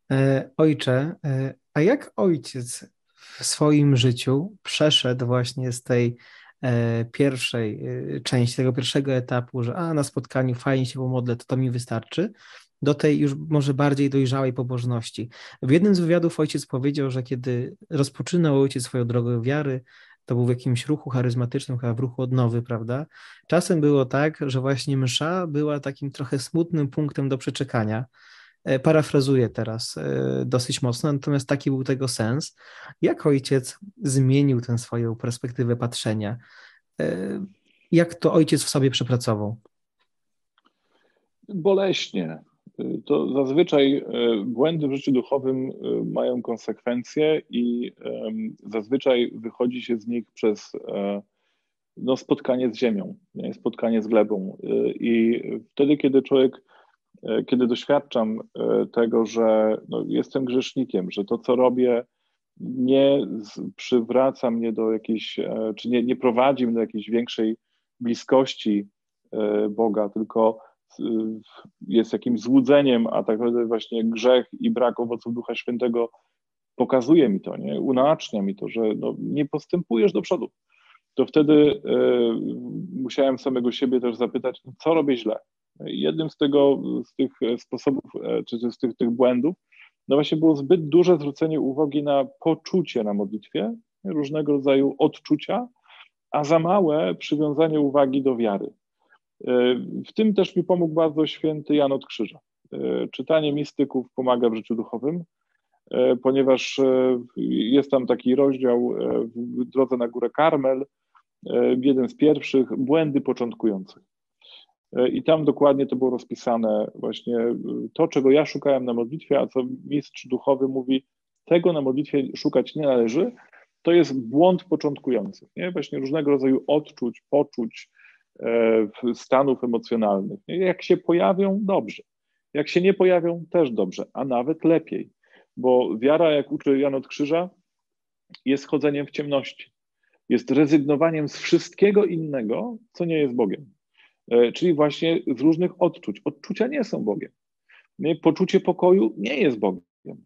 E, Ojcze, e, a jak ojciec w swoim życiu przeszedł właśnie z tej e, pierwszej e, części, tego pierwszego etapu, że a na spotkaniu fajnie się pomodlę, to to mi wystarczy, do tej już może bardziej dojrzałej pobożności. W jednym z wywiadów ojciec powiedział, że kiedy rozpoczynał ojciec swoją drogę wiary, to był w jakimś ruchu charyzmatycznym, chyba w ruchu odnowy, prawda? Czasem było tak, że właśnie msza była takim trochę smutnym punktem do przeczekania. E, Parafrazuję teraz e, dosyć mocno, natomiast taki był tego sens. Jak ojciec zmienił tę swoją perspektywę patrzenia? E, Jak to ojciec w sobie przepracował? Boleśnie. To zazwyczaj e, błędy w życiu duchowym e, mają konsekwencje i em, zazwyczaj wychodzi się z nich przez e, no, spotkanie z ziemią, nie? Spotkanie z glebą. E, I wtedy, kiedy człowiek, e, kiedy doświadczam e, tego, że no, jestem grzesznikiem, że to, co robię, nie z- przywraca mnie do jakiejś, e, czy nie, nie prowadzi mnie do jakiejś większej bliskości e, Boga, tylko e, jest jakimś złudzeniem, a tak naprawdę właśnie grzech i brak owoców Ducha Świętego pokazuje mi to, nie? Unacznia mi to, że no, nie postępujesz do przodu. To wtedy e, musiałem samego siebie też zapytać, no, co robię źle. Jednym z tego, z tych sposobów, e, czy z tych, tych błędów, no właśnie było zbyt duże zwrócenie uwagi na poczucie na modlitwie, różnego rodzaju odczucia, a za małe przywiązanie uwagi do wiary. E, W tym też mi pomógł bardzo święty Jan od Krzyża. E, Czytanie mistyków pomaga w życiu duchowym, e, ponieważ e, jest tam taki rozdział e, w drodze na górę Karmel, e, jeden z pierwszych, błędy początkujących. E, I tam dokładnie to było rozpisane właśnie e, to, czego ja szukałem na modlitwie, a co mistrz duchowy mówi, tego na modlitwie szukać nie należy, to jest błąd początkujący. Nie? Właśnie różnego rodzaju odczuć, poczuć, e, stanów emocjonalnych. Nie? Jak się pojawią, dobrze. Jak się nie pojawią, też dobrze, a nawet lepiej. Bo wiara, jak uczy Jan od Krzyża, jest chodzeniem w ciemności. Jest rezygnowaniem z wszystkiego innego, co nie jest Bogiem. E, Czyli właśnie z różnych odczuć. Odczucia nie są Bogiem. Nie? Poczucie pokoju nie jest Bogiem.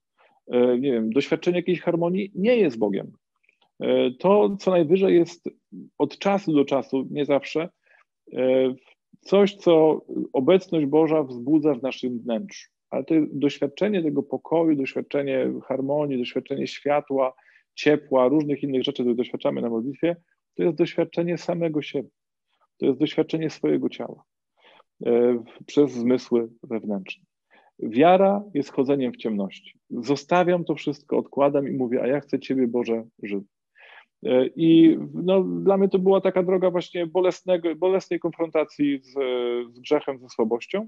E, Nie wiem, doświadczenie jakiejś harmonii nie jest Bogiem. E, To co najwyżej jest od czasu do czasu, nie zawsze, e, coś, co obecność Boża wzbudza w naszym wnętrzu. Ale to doświadczenie tego pokoju, doświadczenie harmonii, doświadczenie światła, ciepła, różnych innych rzeczy, które doświadczamy na modlitwie, to jest doświadczenie samego siebie. To jest doświadczenie swojego ciała e, przez zmysły wewnętrzne. Wiara jest chodzeniem w ciemności. Zostawiam to wszystko, odkładam i mówię, a ja chcę Ciebie, Boże, żywy. E, I no, dla mnie to była taka droga właśnie bolesnego, bolesnej konfrontacji z, z grzechem, ze słabością,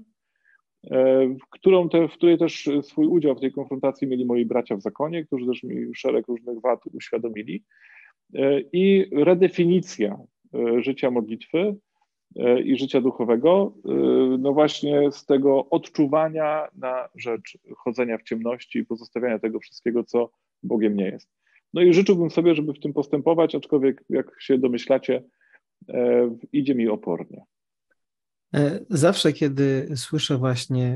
e, w, którą te, w której też swój udział w tej konfrontacji mieli moi bracia w zakonie, którzy też mi szereg różnych wad uświadomili. E, I redefinicja e, życia modlitwy e, i życia duchowego, e, no właśnie z tego odczuwania na rzecz chodzenia w ciemności i pozostawiania tego wszystkiego, co Bogiem nie jest. No i życzyłbym sobie, żeby w tym postępować, aczkolwiek jak się domyślacie, e, idzie mi opornie. E, Zawsze, kiedy słyszę właśnie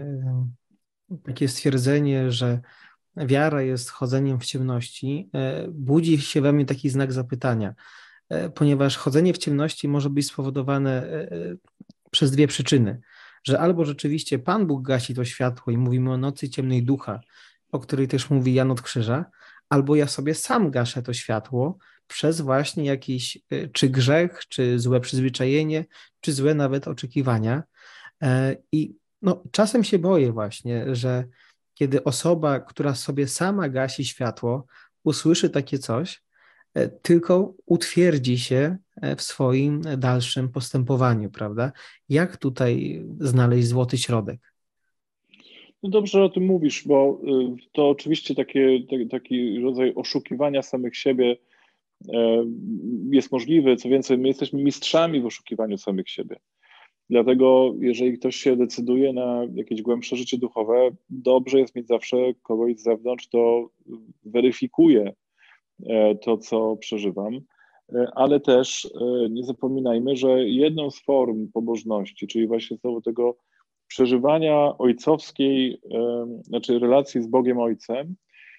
e, takie stwierdzenie, że wiara jest chodzeniem w ciemności, e, budzi się we mnie taki znak zapytania, e, ponieważ chodzenie w ciemności może być spowodowane e, e, przez dwie przyczyny, że albo rzeczywiście Pan Bóg gasi to światło i mówimy o nocy ciemnej ducha, o której też mówi Jan od Krzyża, albo ja sobie sam gaszę to światło przez właśnie jakiś e, czy grzech, czy złe przyzwyczajenie, czy złe nawet oczekiwania. E, I no, czasem się boję właśnie, że kiedy osoba, która sobie sama gasi światło, usłyszy takie coś, e, tylko utwierdzi się e, w swoim dalszym postępowaniu, prawda? Jak tutaj znaleźć złoty środek? No dobrze, że o tym mówisz, bo y, to oczywiście takie, te- taki rodzaj oszukiwania samych siebie e, jest możliwy. Co więcej, my jesteśmy mistrzami w oszukiwaniu samych siebie. Dlatego, jeżeli ktoś się decyduje na jakieś głębsze życie duchowe, dobrze jest mieć zawsze kogoś z zewnątrz, kto weryfikuje e, to, co przeżywam. E, Ale też e, nie zapominajmy, że jedną z form pobożności, czyli właśnie znowu tego przeżywania ojcowskiej, znaczy relacji z Bogiem Ojcem,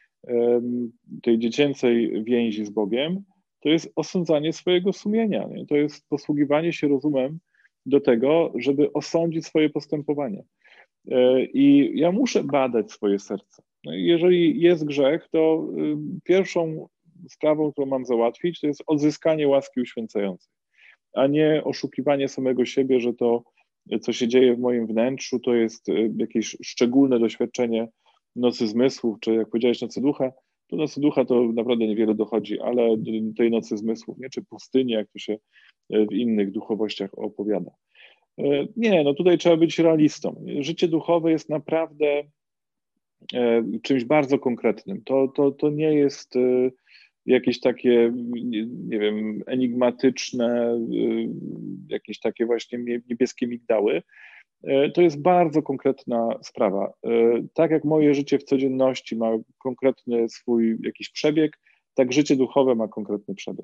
tej dziecięcej więzi z Bogiem, to jest osądzanie swojego sumienia. Nie? To jest posługiwanie się rozumem do tego, żeby osądzić swoje postępowanie. I ja muszę badać swoje serce. No i jeżeli jest grzech, to pierwszą sprawą, którą mam załatwić, to jest odzyskanie łaski uświęcającej, a nie oszukiwanie samego siebie, że to, co się dzieje w moim wnętrzu, to jest jakieś szczególne doświadczenie nocy zmysłów, czy jak powiedziałeś, nocy ducha. Do nocy ducha to naprawdę niewiele dochodzi, ale do tej nocy zmysłów, nie? Czy pustyni, jak to się w innych duchowościach opowiada. Nie, no tutaj trzeba być realistą. Życie duchowe jest naprawdę czymś bardzo konkretnym. To, to, to nie jest jakieś takie, nie, nie wiem, enigmatyczne, jakieś takie właśnie niebieskie migdały. To jest bardzo konkretna sprawa. Tak jak moje życie w codzienności ma konkretny swój jakiś przebieg, tak życie duchowe ma konkretny przebieg.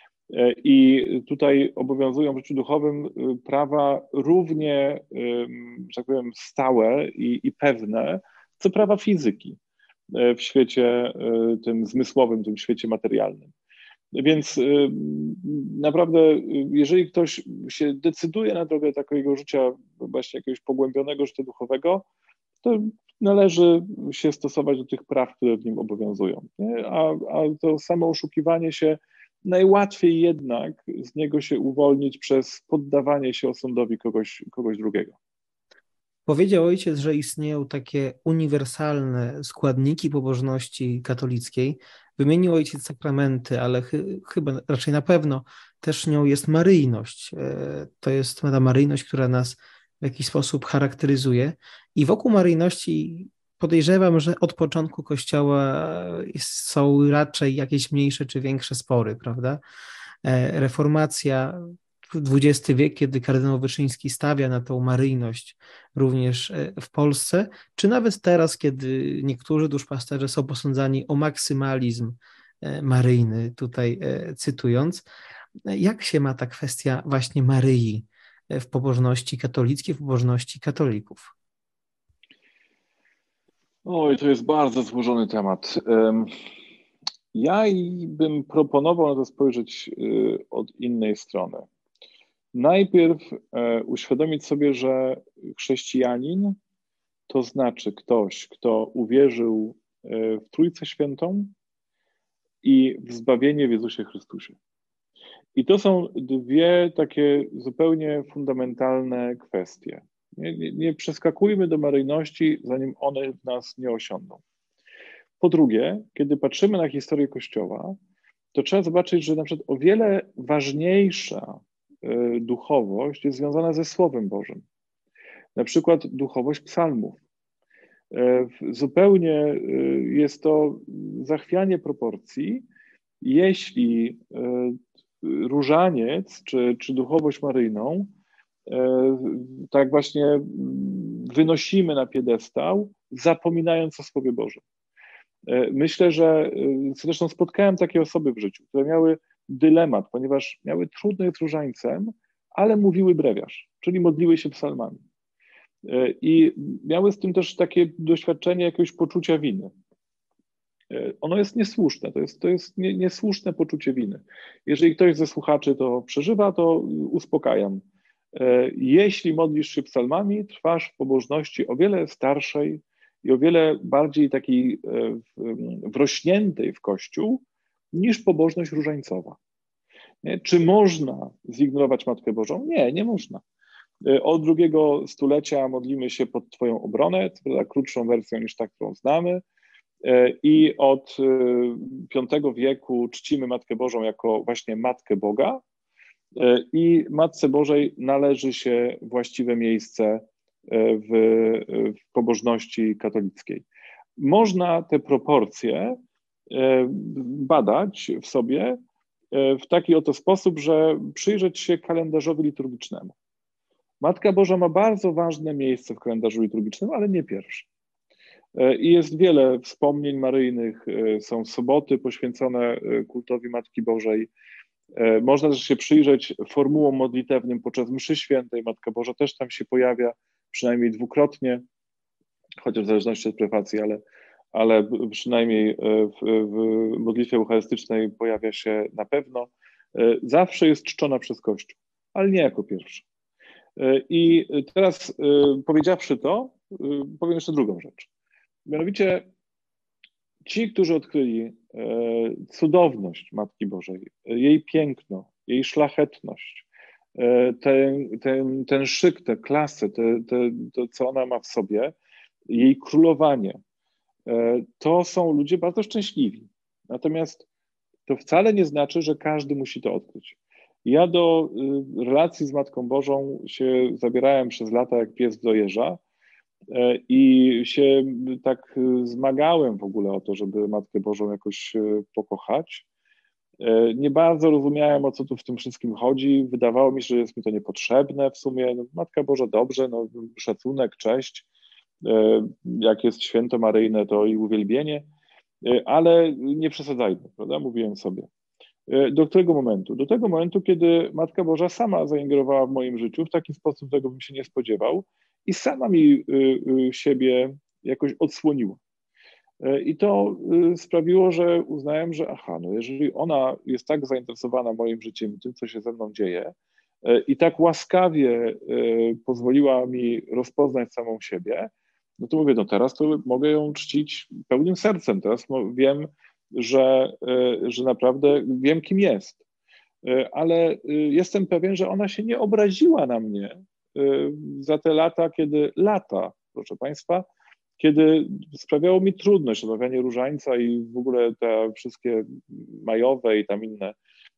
I tutaj obowiązują w życiu duchowym prawa równie, że tak powiem, stałe i, i pewne, co prawa fizyki w świecie tym zmysłowym, tym świecie materialnym. Więc naprawdę, jeżeli ktoś się decyduje na drogę takiego życia, właśnie jakiegoś pogłębionego życia duchowego, to należy się stosować do tych praw, które w nim obowiązują. Nie? A, a to samo oszukiwanie się, najłatwiej jednak z niego się uwolnić przez poddawanie się osądowi kogoś, kogoś drugiego. Powiedział ojciec, że istnieją takie uniwersalne składniki pobożności katolickiej. Wymienił ojciec sakramenty, ale chy, chyba raczej na pewno też nią jest maryjność. To jest ta maryjność, która nas w jakiś sposób charakteryzuje. I wokół maryjności podejrzewam, że od początku Kościoła są raczej jakieś mniejsze czy większe spory, prawda? Reformacja, dwudziesty wiek, kiedy kardynał Wyszyński stawia na tą maryjność również w Polsce, czy nawet teraz, kiedy niektórzy duszpasterze są posądzani o maksymalizm maryjny, tutaj cytując. Jak się ma ta kwestia właśnie Maryi w pobożności katolickiej, w pobożności katolików? Oj, to jest bardzo złożony temat. Ja bym proponował na to spojrzeć od innej strony. Najpierw uświadomić sobie, że chrześcijanin to znaczy ktoś, kto uwierzył w Trójcę Świętą i w zbawienie w Jezusie Chrystusie. I to są dwie takie zupełnie fundamentalne kwestie. Nie, nie, nie przeskakujmy do maryjności, zanim one w nas nie osiądą. Po drugie, kiedy patrzymy na historię Kościoła, to trzeba zobaczyć, że na przykład o wiele ważniejsza duchowość jest związana ze Słowem Bożym. Na przykład duchowość psalmów. Zupełnie jest to zachwianie proporcji, jeśli różaniec czy, czy duchowość maryjną tak właśnie wynosimy na piedestał, zapominając o Słowie Bożym. Myślę, że zresztą spotkałem takie osoby w życiu, które miały dylemat, ponieważ miały trudność z różańcem, ale mówiły brewiarz, czyli modliły się psalmami. I miały z tym też takie doświadczenie jakiegoś poczucia winy. Ono jest niesłuszne, to jest, to jest nie, niesłuszne poczucie winy. Jeżeli ktoś ze słuchaczy to przeżywa, to uspokajam. Jeśli modlisz się psalmami, trwasz w pobożności o wiele starszej i o wiele bardziej takiej wrośniętej w Kościół niż pobożność różańcowa. Nie? Czy można zignorować Matkę Bożą? Nie, nie można. Od drugiego stulecia modlimy się pod Twoją obronę, co prawda krótszą wersją niż ta, którą znamy, i od piątego wieku czcimy Matkę Bożą jako właśnie Matkę Boga i Matce Bożej należy się właściwe miejsce w, w pobożności katolickiej. Można te proporcje badać w sobie w taki oto sposób, że przyjrzeć się kalendarzowi liturgicznemu. Matka Boża ma bardzo ważne miejsce w kalendarzu liturgicznym, ale nie pierwsze. I jest wiele wspomnień maryjnych, są soboty poświęcone kultowi Matki Bożej. Można też się przyjrzeć formułom modlitewnym podczas mszy świętej. Matka Boża też tam się pojawia przynajmniej dwukrotnie, chociaż w zależności od prefacji, ale, ale przynajmniej w, w modlitwie eucharystycznej pojawia się na pewno. Zawsze jest czczona przez Kościół, ale nie jako pierwsza. I teraz powiedziawszy to, powiem jeszcze drugą rzecz. Mianowicie ci, którzy odkryli cudowność Matki Bożej, jej piękno, jej szlachetność, ten, ten, ten szyk, tę klasę, te, te, to, co ona ma w sobie, jej królowanie, to są ludzie bardzo szczęśliwi. Natomiast to wcale nie znaczy, że każdy musi to odkryć. Ja do relacji z Matką Bożą się zabierałem przez lata jak pies do jeża i się tak zmagałem w ogóle o to, żeby Matkę Bożą jakoś pokochać. Nie bardzo rozumiałem, o co tu w tym wszystkim chodzi. Wydawało mi się, że jest mi to niepotrzebne w sumie. No, Matka Boża dobrze, no, szacunek, cześć. Jak jest święto maryjne, to i uwielbienie, ale nie przesadzajmy, prawda? Mówiłem sobie. Do którego momentu? Do tego momentu, kiedy Matka Boża sama zaingerowała w moim życiu w taki sposób, którego bym się nie spodziewał i sama mi siebie jakoś odsłoniła. I to sprawiło, że uznałem, że aha, no jeżeli ona jest tak zainteresowana moim życiem, tym, co się ze mną dzieje i tak łaskawie pozwoliła mi rozpoznać samą siebie, no to mówię, no teraz to mogę ją czcić pełnym sercem. Teraz wiem, że, że naprawdę wiem, kim jest. Ale jestem pewien, że ona się nie obraziła na mnie za te lata, kiedy lata, proszę Państwa, kiedy sprawiało mi trudność odmawianie różańca i w ogóle te wszystkie majowe i tam inne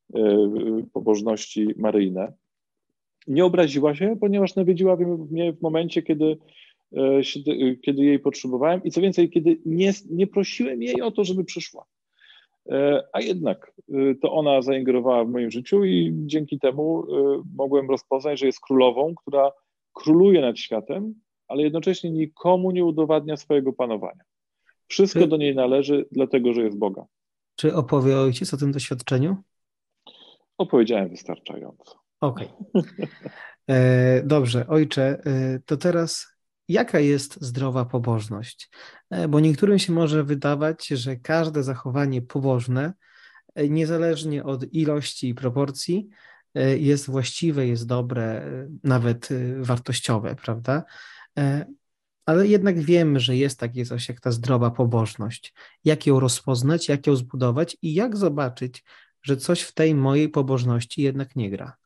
pobożności maryjne. Nie obraziła się, ponieważ nawiedziła mnie w momencie, kiedy, kiedy jej potrzebowałem i co więcej, kiedy nie, nie prosiłem jej o to, żeby przyszła. A jednak to ona zaingerowała w moim życiu i dzięki temu mogłem rozpoznać, że jest królową, która króluje nad światem, ale jednocześnie nikomu nie udowadnia swojego panowania. Wszystko Czy, do niej należy, dlatego że jest Boga. czy opowie ojciec o tym doświadczeniu? Opowiedziałem wystarczająco. Okej. Okay. Dobrze, ojcze, to teraz jaka jest zdrowa pobożność? Bo niektórym się może wydawać, że każde zachowanie pobożne, niezależnie od ilości i proporcji, jest właściwe, jest dobre, nawet wartościowe, prawda? Ale jednak wiemy, że jest takie coś jak ta zdrowa pobożność. Jak ją rozpoznać, jak ją zbudować i jak zobaczyć, że coś w tej mojej pobożności jednak nie gra?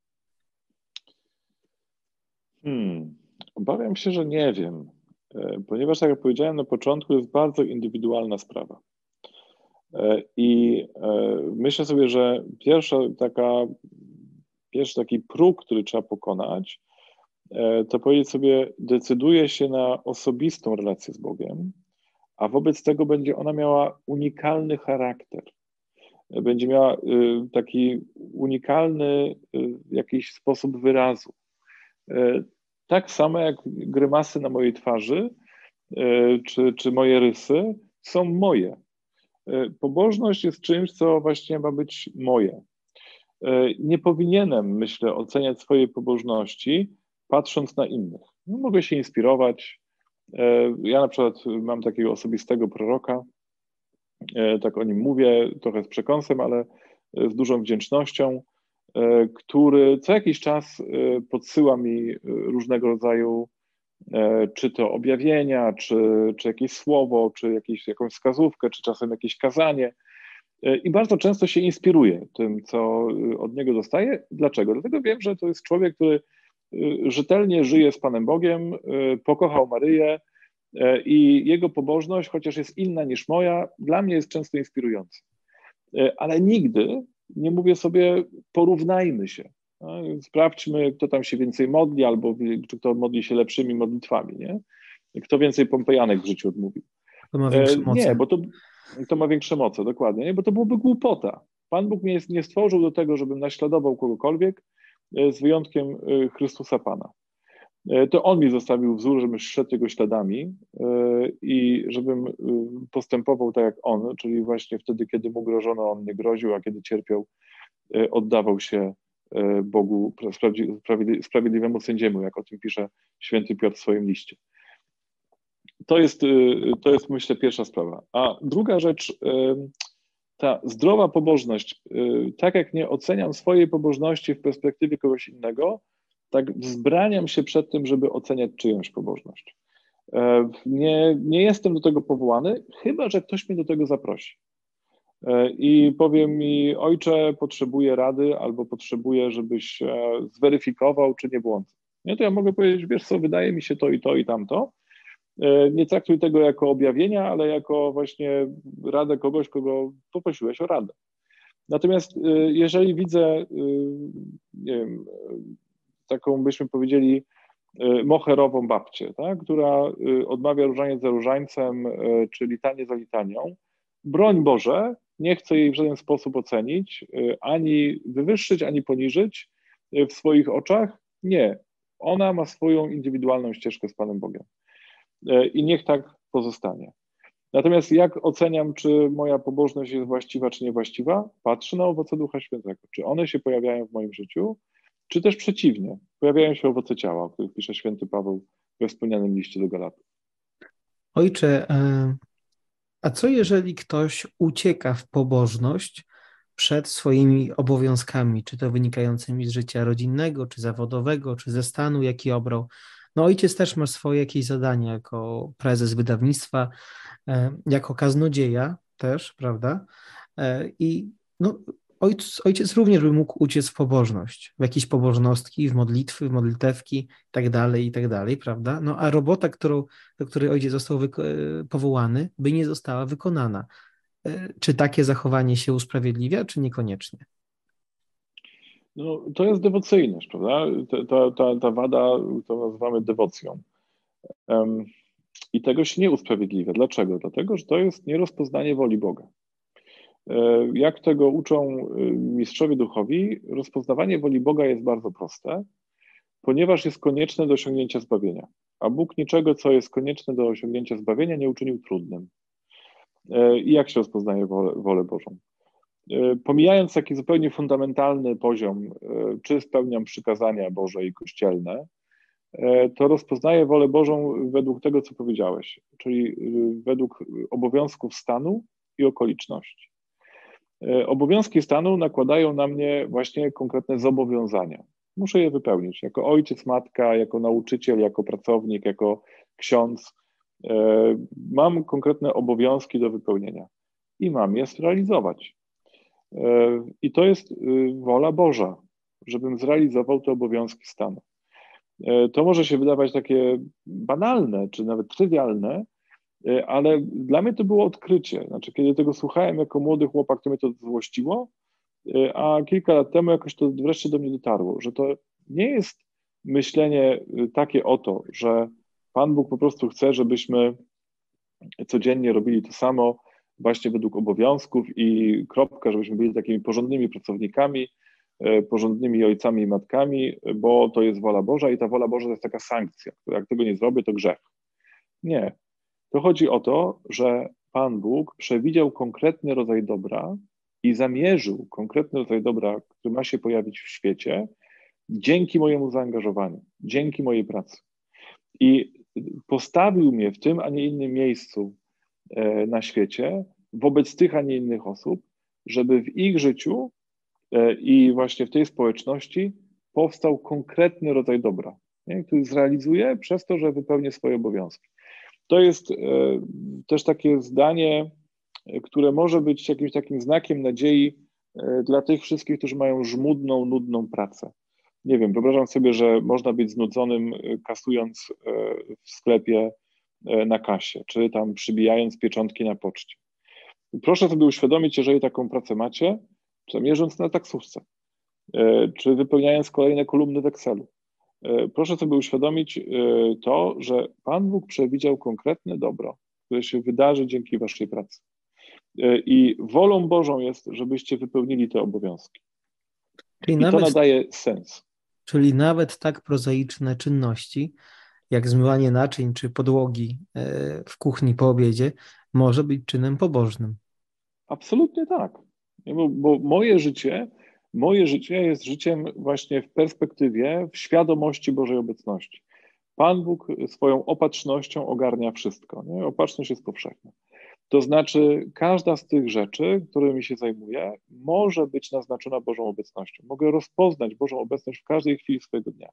Hmm. Obawiam się, że nie wiem, ponieważ tak jak powiedziałem na początku, jest bardzo indywidualna sprawa. I myślę sobie, że pierwsza taka, pierwszy taki próg, który trzeba pokonać, to powiedzieć sobie, decyduję się na osobistą relację z Bogiem, a wobec tego będzie ona miała unikalny charakter. Będzie miała taki unikalny jakiś sposób wyrazu. Tak samo jak grymasy na mojej twarzy, czy, czy moje rysy są moje. Pobożność jest czymś, co właśnie ma być moje. Nie powinienem, myślę, oceniać swojej pobożności, patrząc na innych. No, mogę się inspirować. Ja na przykład mam takiego osobistego proroka, tak o nim mówię, trochę z przekąsem, ale z dużą wdzięcznością, który co jakiś czas podsyła mi różnego rodzaju, czy to objawienia, czy, czy jakieś słowo, czy jakieś, jakąś wskazówkę, czy czasem jakieś kazanie. I bardzo często się inspiruję tym, co od niego dostaję. Dlaczego? Dlatego wiem, że to jest człowiek, który rzetelnie żyje z Panem Bogiem, pokochał Maryję i jego pobożność, chociaż jest inna niż moja, dla mnie jest często inspirująca. Ale nigdy nie mówię sobie, porównajmy się. Sprawdźmy, kto tam się więcej modli, albo czy kto modli się lepszymi modlitwami, nie? Kto więcej pompejanek w życiu odmówił. To ma większe moce. Nie, bo to, to ma większe moce, dokładnie, nie? Bo to byłoby głupota. Pan Bóg mnie nie stworzył do tego, żebym naśladował kogokolwiek, z wyjątkiem Chrystusa Pana. To On mi zostawił wzór, żebym szedł Jego śladami i żebym postępował tak jak On, czyli właśnie wtedy, kiedy mu grożono, On nie groził, a kiedy cierpiał, oddawał się Bogu, sprawiedliwemu sędziemu, jak o tym pisze święty Piotr w swoim liście. To jest, to jest, myślę, pierwsza sprawa. A druga rzecz, ta zdrowa pobożność. Tak jak nie oceniam swojej pobożności w perspektywie kogoś innego, tak wzbraniam się przed tym, żeby oceniać czyjąś pobożność. Nie, nie jestem do tego powołany, chyba że ktoś mnie do tego zaprosi. I powie mi: ojcze, potrzebuję rady, albo potrzebuję, żebyś zweryfikował, czy nie błądzę. Nie, to ja mogę powiedzieć: wiesz co, wydaje mi się to i to i tamto. Nie traktuj tego jako objawienia, ale jako właśnie radę kogoś, kogo poprosiłeś o radę. Natomiast jeżeli widzę, nie wiem, taką, byśmy powiedzieli, moherową babcię, tak, która odmawia różaniec za różańcem, czy litanię za litanią, broń Boże, nie chcę jej w żaden sposób ocenić, ani wywyższyć, ani poniżyć w swoich oczach. Nie. Ona ma swoją indywidualną ścieżkę z Panem Bogiem. I niech tak pozostanie. Natomiast jak oceniam, czy moja pobożność jest właściwa, czy niewłaściwa? Patrzę na owoce Ducha Świętego. Czy one się pojawiają w moim życiu, czy też przeciwnie, pojawiają się owoce ciała, o których pisze święty Paweł we wspomnianym liście do Galatów. Ojcze, a co jeżeli ktoś ucieka w pobożność przed swoimi obowiązkami, czy to wynikającymi z życia rodzinnego, czy zawodowego, czy ze stanu, jaki obrał? No ojciec też ma swoje jakieś zadania jako prezes wydawnictwa, jako kaznodzieja też, prawda? I no, ojciec, ojciec również by mógł uciec w pobożność, w jakieś pobożnostki, w modlitwy, w modlitewki i tak dalej, i tak dalej, prawda? No a robota, którą, do której ojciec został powołany, by nie została wykonana. Czy takie zachowanie się usprawiedliwia, czy niekoniecznie? No, to jest dewocyjność, prawda? Ta, ta, ta wada, to nazywamy dewocją. Um, I tego się nie usprawiedliwia. Dlaczego? Dlatego, że to jest nierozpoznanie woli Boga. Jak tego uczą mistrzowie duchowi, rozpoznawanie woli Boga jest bardzo proste, ponieważ jest konieczne do osiągnięcia zbawienia. A Bóg niczego, co jest konieczne do osiągnięcia zbawienia, nie uczynił trudnym. I jak się rozpoznaje wolę, wolę Bożą? Pomijając taki zupełnie fundamentalny poziom, czy spełniam przykazania Boże i kościelne, to rozpoznaję wolę Bożą według tego, co powiedziałeś, czyli według obowiązków stanu i okoliczności. Obowiązki stanu nakładają na mnie właśnie konkretne zobowiązania. Muszę je wypełnić jako ojciec, matka, jako nauczyciel, jako pracownik, jako ksiądz. Mam konkretne obowiązki do wypełnienia i mam je zrealizować. I to jest wola Boża, żebym zrealizował te obowiązki stanu. To może się wydawać takie banalne, czy nawet trywialne, ale dla mnie to było odkrycie. Znaczy, kiedy tego słuchałem jako młody chłopak, to mnie to złościło, a kilka lat temu jakoś to wreszcie do mnie dotarło, że to nie jest myślenie takie oto, że Pan Bóg po prostu chce, żebyśmy codziennie robili to samo, właśnie według obowiązków i kropka, żebyśmy byli takimi porządnymi pracownikami, porządnymi ojcami i matkami, bo to jest wola Boża i ta wola Boża to jest taka sankcja, która jak tego nie zrobię, to grzech. Nie. To chodzi o to, że Pan Bóg przewidział konkretny rodzaj dobra i zamierzył konkretny rodzaj dobra, który ma się pojawić w świecie dzięki mojemu zaangażowaniu, dzięki mojej pracy. I postawił mnie w tym, a nie innym miejscu na świecie, wobec tych, a nie innych osób, żeby w ich życiu i właśnie w tej społeczności powstał konkretny rodzaj dobra, nie? Który zrealizuje przez to, że wypełnię swoje obowiązki. To jest też takie zdanie, które może być jakimś takim znakiem nadziei dla tych wszystkich, którzy mają żmudną, nudną pracę. Nie wiem, wyobrażam sobie, że można być znudzonym kasując w sklepie na kasie, czy tam przybijając pieczątki na poczcie. Proszę sobie uświadomić, jeżeli taką pracę macie, czy jeżdżąc na taksówce, czy wypełniając kolejne kolumny w Excelu. Proszę sobie uświadomić to, że Pan Bóg przewidział konkretne dobro, które się wydarzy dzięki waszej pracy. I wolą Bożą jest, żebyście wypełnili te obowiązki. Czyli I nawet, to nadaje sens. Czyli nawet tak prozaiczne czynności, jak zmywanie naczyń czy podłogi w kuchni po obiedzie, może być czynem pobożnym. Absolutnie tak. Bo, bo moje życie Moje życie jest życiem właśnie w perspektywie, w świadomości Bożej obecności. Pan Bóg swoją opatrznością ogarnia wszystko. Nie? Opatrzność jest powszechna. To znaczy, każda z tych rzeczy, którymi się zajmuję, może być naznaczona Bożą obecnością. Mogę rozpoznać Bożą obecność w każdej chwili swojego dnia.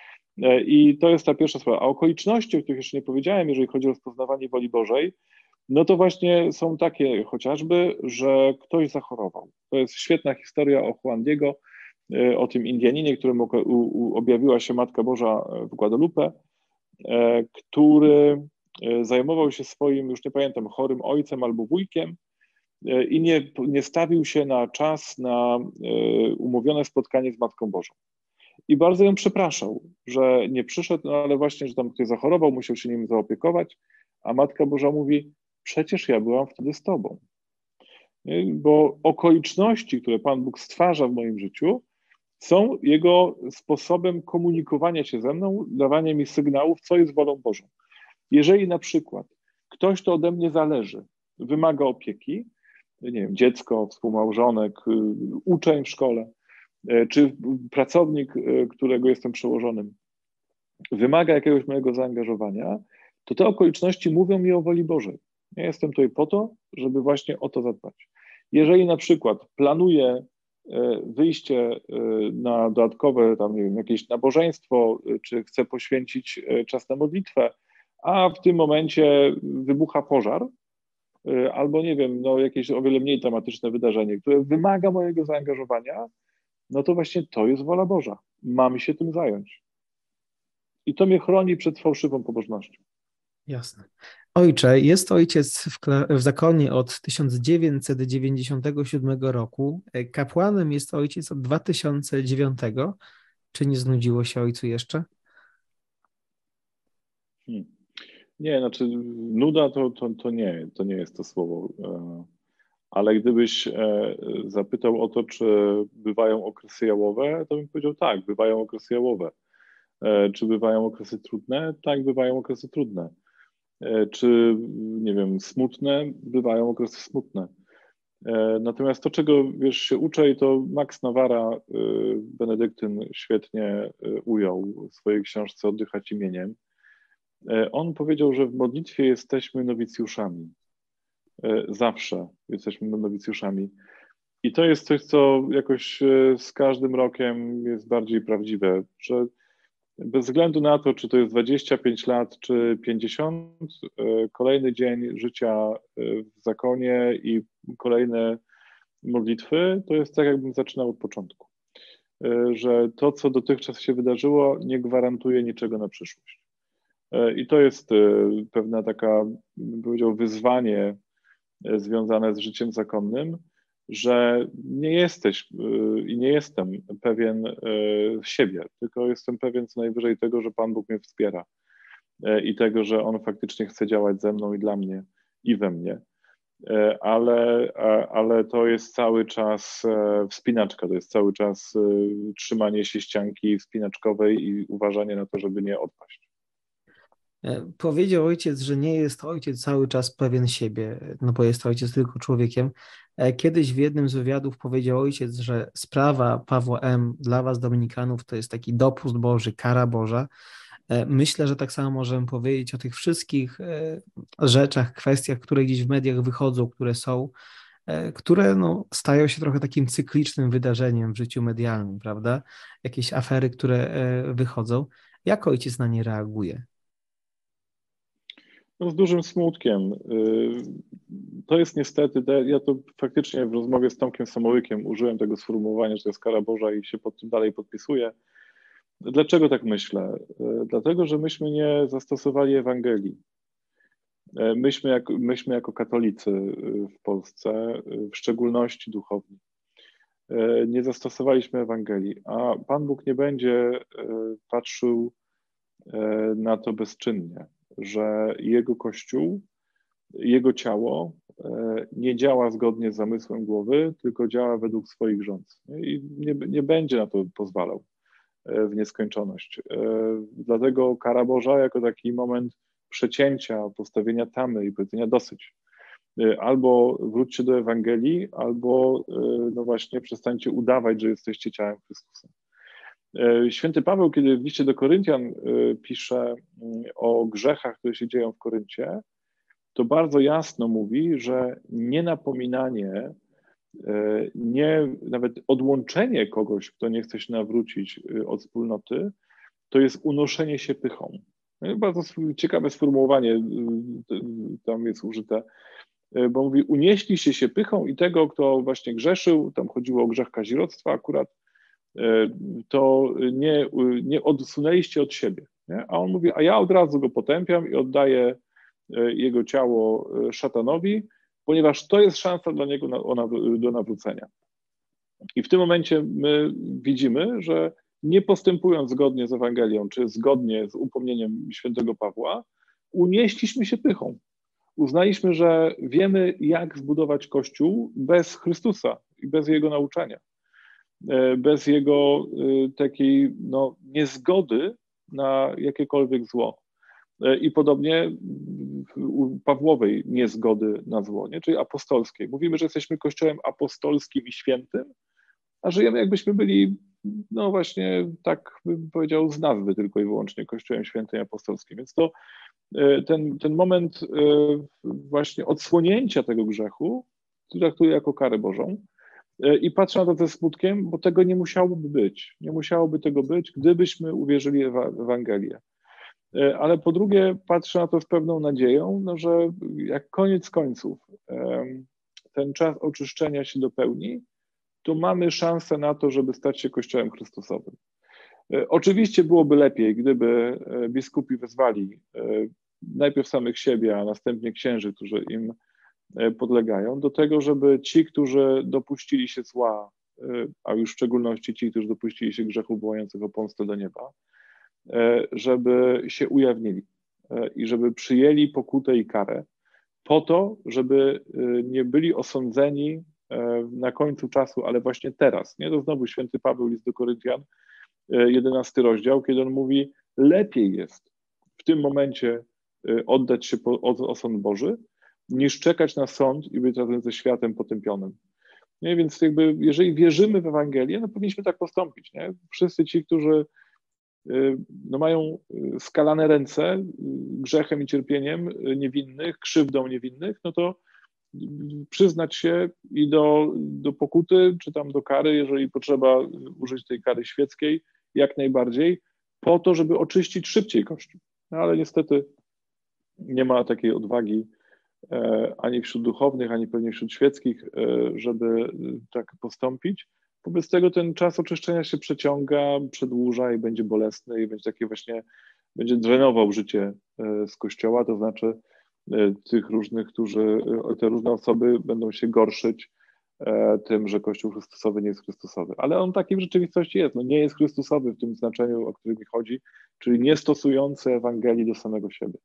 I to jest ta pierwsza sprawa. A okoliczności, o których jeszcze nie powiedziałem, jeżeli chodzi o rozpoznawanie woli Bożej, no to właśnie są takie chociażby, że ktoś zachorował. To jest świetna historia o Juan Diego, o tym Indianinie, któremu objawiła się Matka Boża w Guadalupe, który zajmował się swoim, już nie pamiętam, chorym ojcem albo wujkiem i nie, nie stawił się na czas na umówione spotkanie z Matką Bożą. I bardzo ją przepraszał, że nie przyszedł, no ale właśnie, że tam ktoś zachorował, musiał się nim zaopiekować, a Matka Boża mówi, przecież ja byłam wtedy z tobą. Bo okoliczności, które Pan Bóg stwarza w moim życiu, są Jego sposobem komunikowania się ze mną, dawania mi sygnałów, co jest wolą Bożą. Jeżeli na przykład ktoś, kto ode mnie zależy, wymaga opieki, nie wiem, dziecko, współmałżonek, uczeń w szkole, czy pracownik, którego jestem przełożonym, wymaga jakiegoś mojego zaangażowania, to te okoliczności mówią mi o woli Bożej. Ja jestem tutaj po to, żeby właśnie o to zadbać. Jeżeli na przykład planuję wyjście na dodatkowe tam, nie wiem, jakieś nabożeństwo, czy chcę poświęcić czas na modlitwę, a w tym momencie wybucha pożar, albo nie wiem, no jakieś o wiele mniej dramatyczne wydarzenie, które wymaga mojego zaangażowania, no to właśnie to jest wola Boża. Mamy się tym zająć. I to mnie chroni przed fałszywą pobożnością. Jasne. Ojcze, jest ojciec w, w zakonie od tysiąc dziewięćset dziewięćdziesiątego siódmego roku. Kapłanem jest ojciec od dwa tysiące dziewiątego. Czy nie znudziło się ojcu jeszcze? Hmm. Nie, znaczy nuda to, to, to nie, to nie jest to słowo. Ale gdybyś zapytał o to, czy bywają okresy jałowe, to bym powiedział tak, bywają okresy jałowe. Czy bywają okresy trudne? Tak, bywają okresy trudne. Czy, nie wiem, smutne? Bywają okresy smutne. Natomiast to, czego, wiesz, się uczę, i to Max Nawara, benedyktyn, świetnie ujął w swojej książce Oddychać imieniem. On powiedział, że w modlitwie jesteśmy nowicjuszami. Zawsze jesteśmy nowicjuszami. I to jest coś, co jakoś z każdym rokiem jest bardziej prawdziwe, że bez względu na to, czy to jest dwadzieścia pięć lat, czy pięćdziesiąt, kolejny dzień życia w zakonie i kolejne modlitwy, to jest tak, jakbym zaczynał od początku. Że to, co dotychczas się wydarzyło, nie gwarantuje niczego na przyszłość. I to jest pewna taka, bym powiedział, wyzwanie związane z życiem zakonnym, że nie jesteś i nie jestem pewien siebie, tylko jestem pewien co najwyżej tego, że Pan Bóg mnie wspiera i tego, że On faktycznie chce działać ze mną i dla mnie i we mnie. Ale, ale to jest cały czas wspinaczka, to jest cały czas trzymanie się ścianki wspinaczkowej i uważanie na to, żeby nie odpaść. Powiedział ojciec, że nie jest ojciec cały czas pewien siebie, no bo jest ojciec tylko człowiekiem. Kiedyś w jednym z wywiadów powiedział ojciec, że sprawa Pawła M. dla was, dominikanów, to jest taki dopust Boży, kara Boża. Myślę, że tak samo możemy powiedzieć o tych wszystkich rzeczach, kwestiach, które gdzieś w mediach wychodzą, które są, które no, stają się trochę takim cyklicznym wydarzeniem w życiu medialnym, prawda? Jakieś afery, które wychodzą. Jak ojciec na nie reaguje? No, z dużym smutkiem. To jest niestety, ja to faktycznie w rozmowie z Tomkiem Samołykiem użyłem tego sformułowania, że to jest kara Boża i się pod tym dalej podpisuję. Dlaczego tak myślę? Dlatego, że myśmy nie zastosowali Ewangelii. Myśmy, jak, myśmy jako katolicy w Polsce, w szczególności duchowni, nie zastosowaliśmy Ewangelii, a Pan Bóg nie będzie patrzył na to bezczynnie, że Jego Kościół, Jego ciało nie działa zgodnie z zamysłem głowy, tylko działa według swoich rządz. I nie, nie będzie na to pozwalał w nieskończoność. Dlatego kara Boża jako taki moment przecięcia, postawienia tamy i powiedzenia dosyć. Albo wróćcie do Ewangelii, albo no właśnie przestańcie udawać, że jesteście ciałem Chrystusa. Święty Paweł, kiedy w liście do Koryntian pisze o grzechach, które się dzieją w Koryncie, to bardzo jasno mówi, że nienapominanie, nie, nawet odłączenie kogoś, kto nie chce się nawrócić od wspólnoty, to jest unoszenie się pychą. Bardzo ciekawe sformułowanie tam jest użyte, bo mówi, unieśliście się pychą i tego, kto właśnie grzeszył, tam chodziło o grzech kazirodztwa akurat, to nie, nie odsunęliście od siebie. Nie? A on mówi, a ja od razu go potępiam i oddaję jego ciało szatanowi, ponieważ to jest szansa dla niego na, do nawrócenia. I w tym momencie my widzimy, że nie postępując zgodnie z Ewangelią, czy zgodnie z upomnieniem świętego Pawła, unieśliśmy się pychą. Uznaliśmy, że wiemy, jak zbudować Kościół bez Chrystusa i bez Jego nauczania, bez Jego takiej no, niezgody na jakiekolwiek zło. I podobnie u Pawłowej niezgody na zło, nie? Czyli apostolskiej. Mówimy, że jesteśmy Kościołem apostolskim i świętym, a żyjemy jakbyśmy byli, no właśnie tak bym powiedział, z nazwy tylko i wyłącznie Kościołem świętym i apostolskim. Więc to ten, ten moment właśnie odsłonięcia tego grzechu traktuję jako karę Bożą i patrzę na to ze smutkiem, bo tego nie musiałoby być. Nie musiałoby tego być, gdybyśmy uwierzyli w Ewangelię. Ale po drugie patrzę na to z pewną nadzieją, no, że jak koniec końców ten czas oczyszczenia się dopełni, to mamy szansę na to, żeby stać się Kościołem Chrystusowym. Oczywiście byłoby lepiej, gdyby biskupi wezwali najpierw samych siebie, a następnie księży, którzy im podlegają, do tego, żeby ci, którzy dopuścili się zła, a już w szczególności ci, którzy dopuścili się grzechów wołających o pomstę do nieba, żeby się ujawnili i żeby przyjęli pokutę i karę po to, żeby nie byli osądzeni na końcu czasu, ale właśnie teraz. Nie? To znowu święty Paweł, list do Koryntian, jedenasty rozdział, kiedy on mówi, lepiej jest w tym momencie oddać się po, o sąd Boży, niż czekać na sąd i być razem ze światem potępionym. Nie? Więc jakby, jeżeli wierzymy w Ewangelię, no powinniśmy tak postąpić. Nie? Wszyscy ci, którzy no mają skalane ręce grzechem i cierpieniem niewinnych, krzywdą niewinnych, no to przyznać się i do, do pokuty, czy tam do kary, jeżeli potrzeba użyć tej kary świeckiej, jak najbardziej, po to, żeby oczyścić szybciej Kościół. No ale niestety nie ma takiej odwagi e, ani wśród duchownych, ani pewnie wśród świeckich, e, żeby tak postąpić. Wobec tego ten czas oczyszczenia się przeciąga, przedłuża i będzie bolesny i będzie takie właśnie, będzie drenował życie z Kościoła, to znaczy tych różnych, którzy, te różne osoby będą się gorszyć tym, że Kościół Chrystusowy nie jest Chrystusowy. Ale on taki w rzeczywistości jest, no nie jest Chrystusowy w tym znaczeniu, o którym mi chodzi, czyli nie stosujący Ewangelii do samego siebie.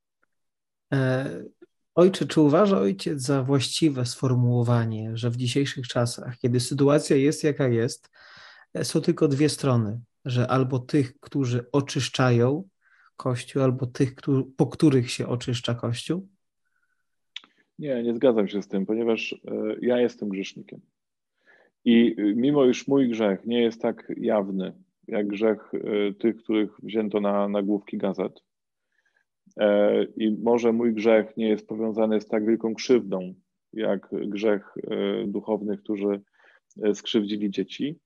Ojcze, czy uważa ojciec za właściwe sformułowanie, że w dzisiejszych czasach, kiedy sytuacja jest jaka jest, są tylko dwie strony, że albo tych, którzy oczyszczają Kościół, albo tych, po których się oczyszcza Kościół? Nie, nie zgadzam się z tym, ponieważ ja jestem grzesznikiem. I mimo iż mój grzech nie jest tak jawny, jak grzech tych, których wzięto na nagłówki gazet, i może mój grzech nie jest powiązany z tak wielką krzywdą, jak grzech duchownych, którzy skrzywdzili dzieci,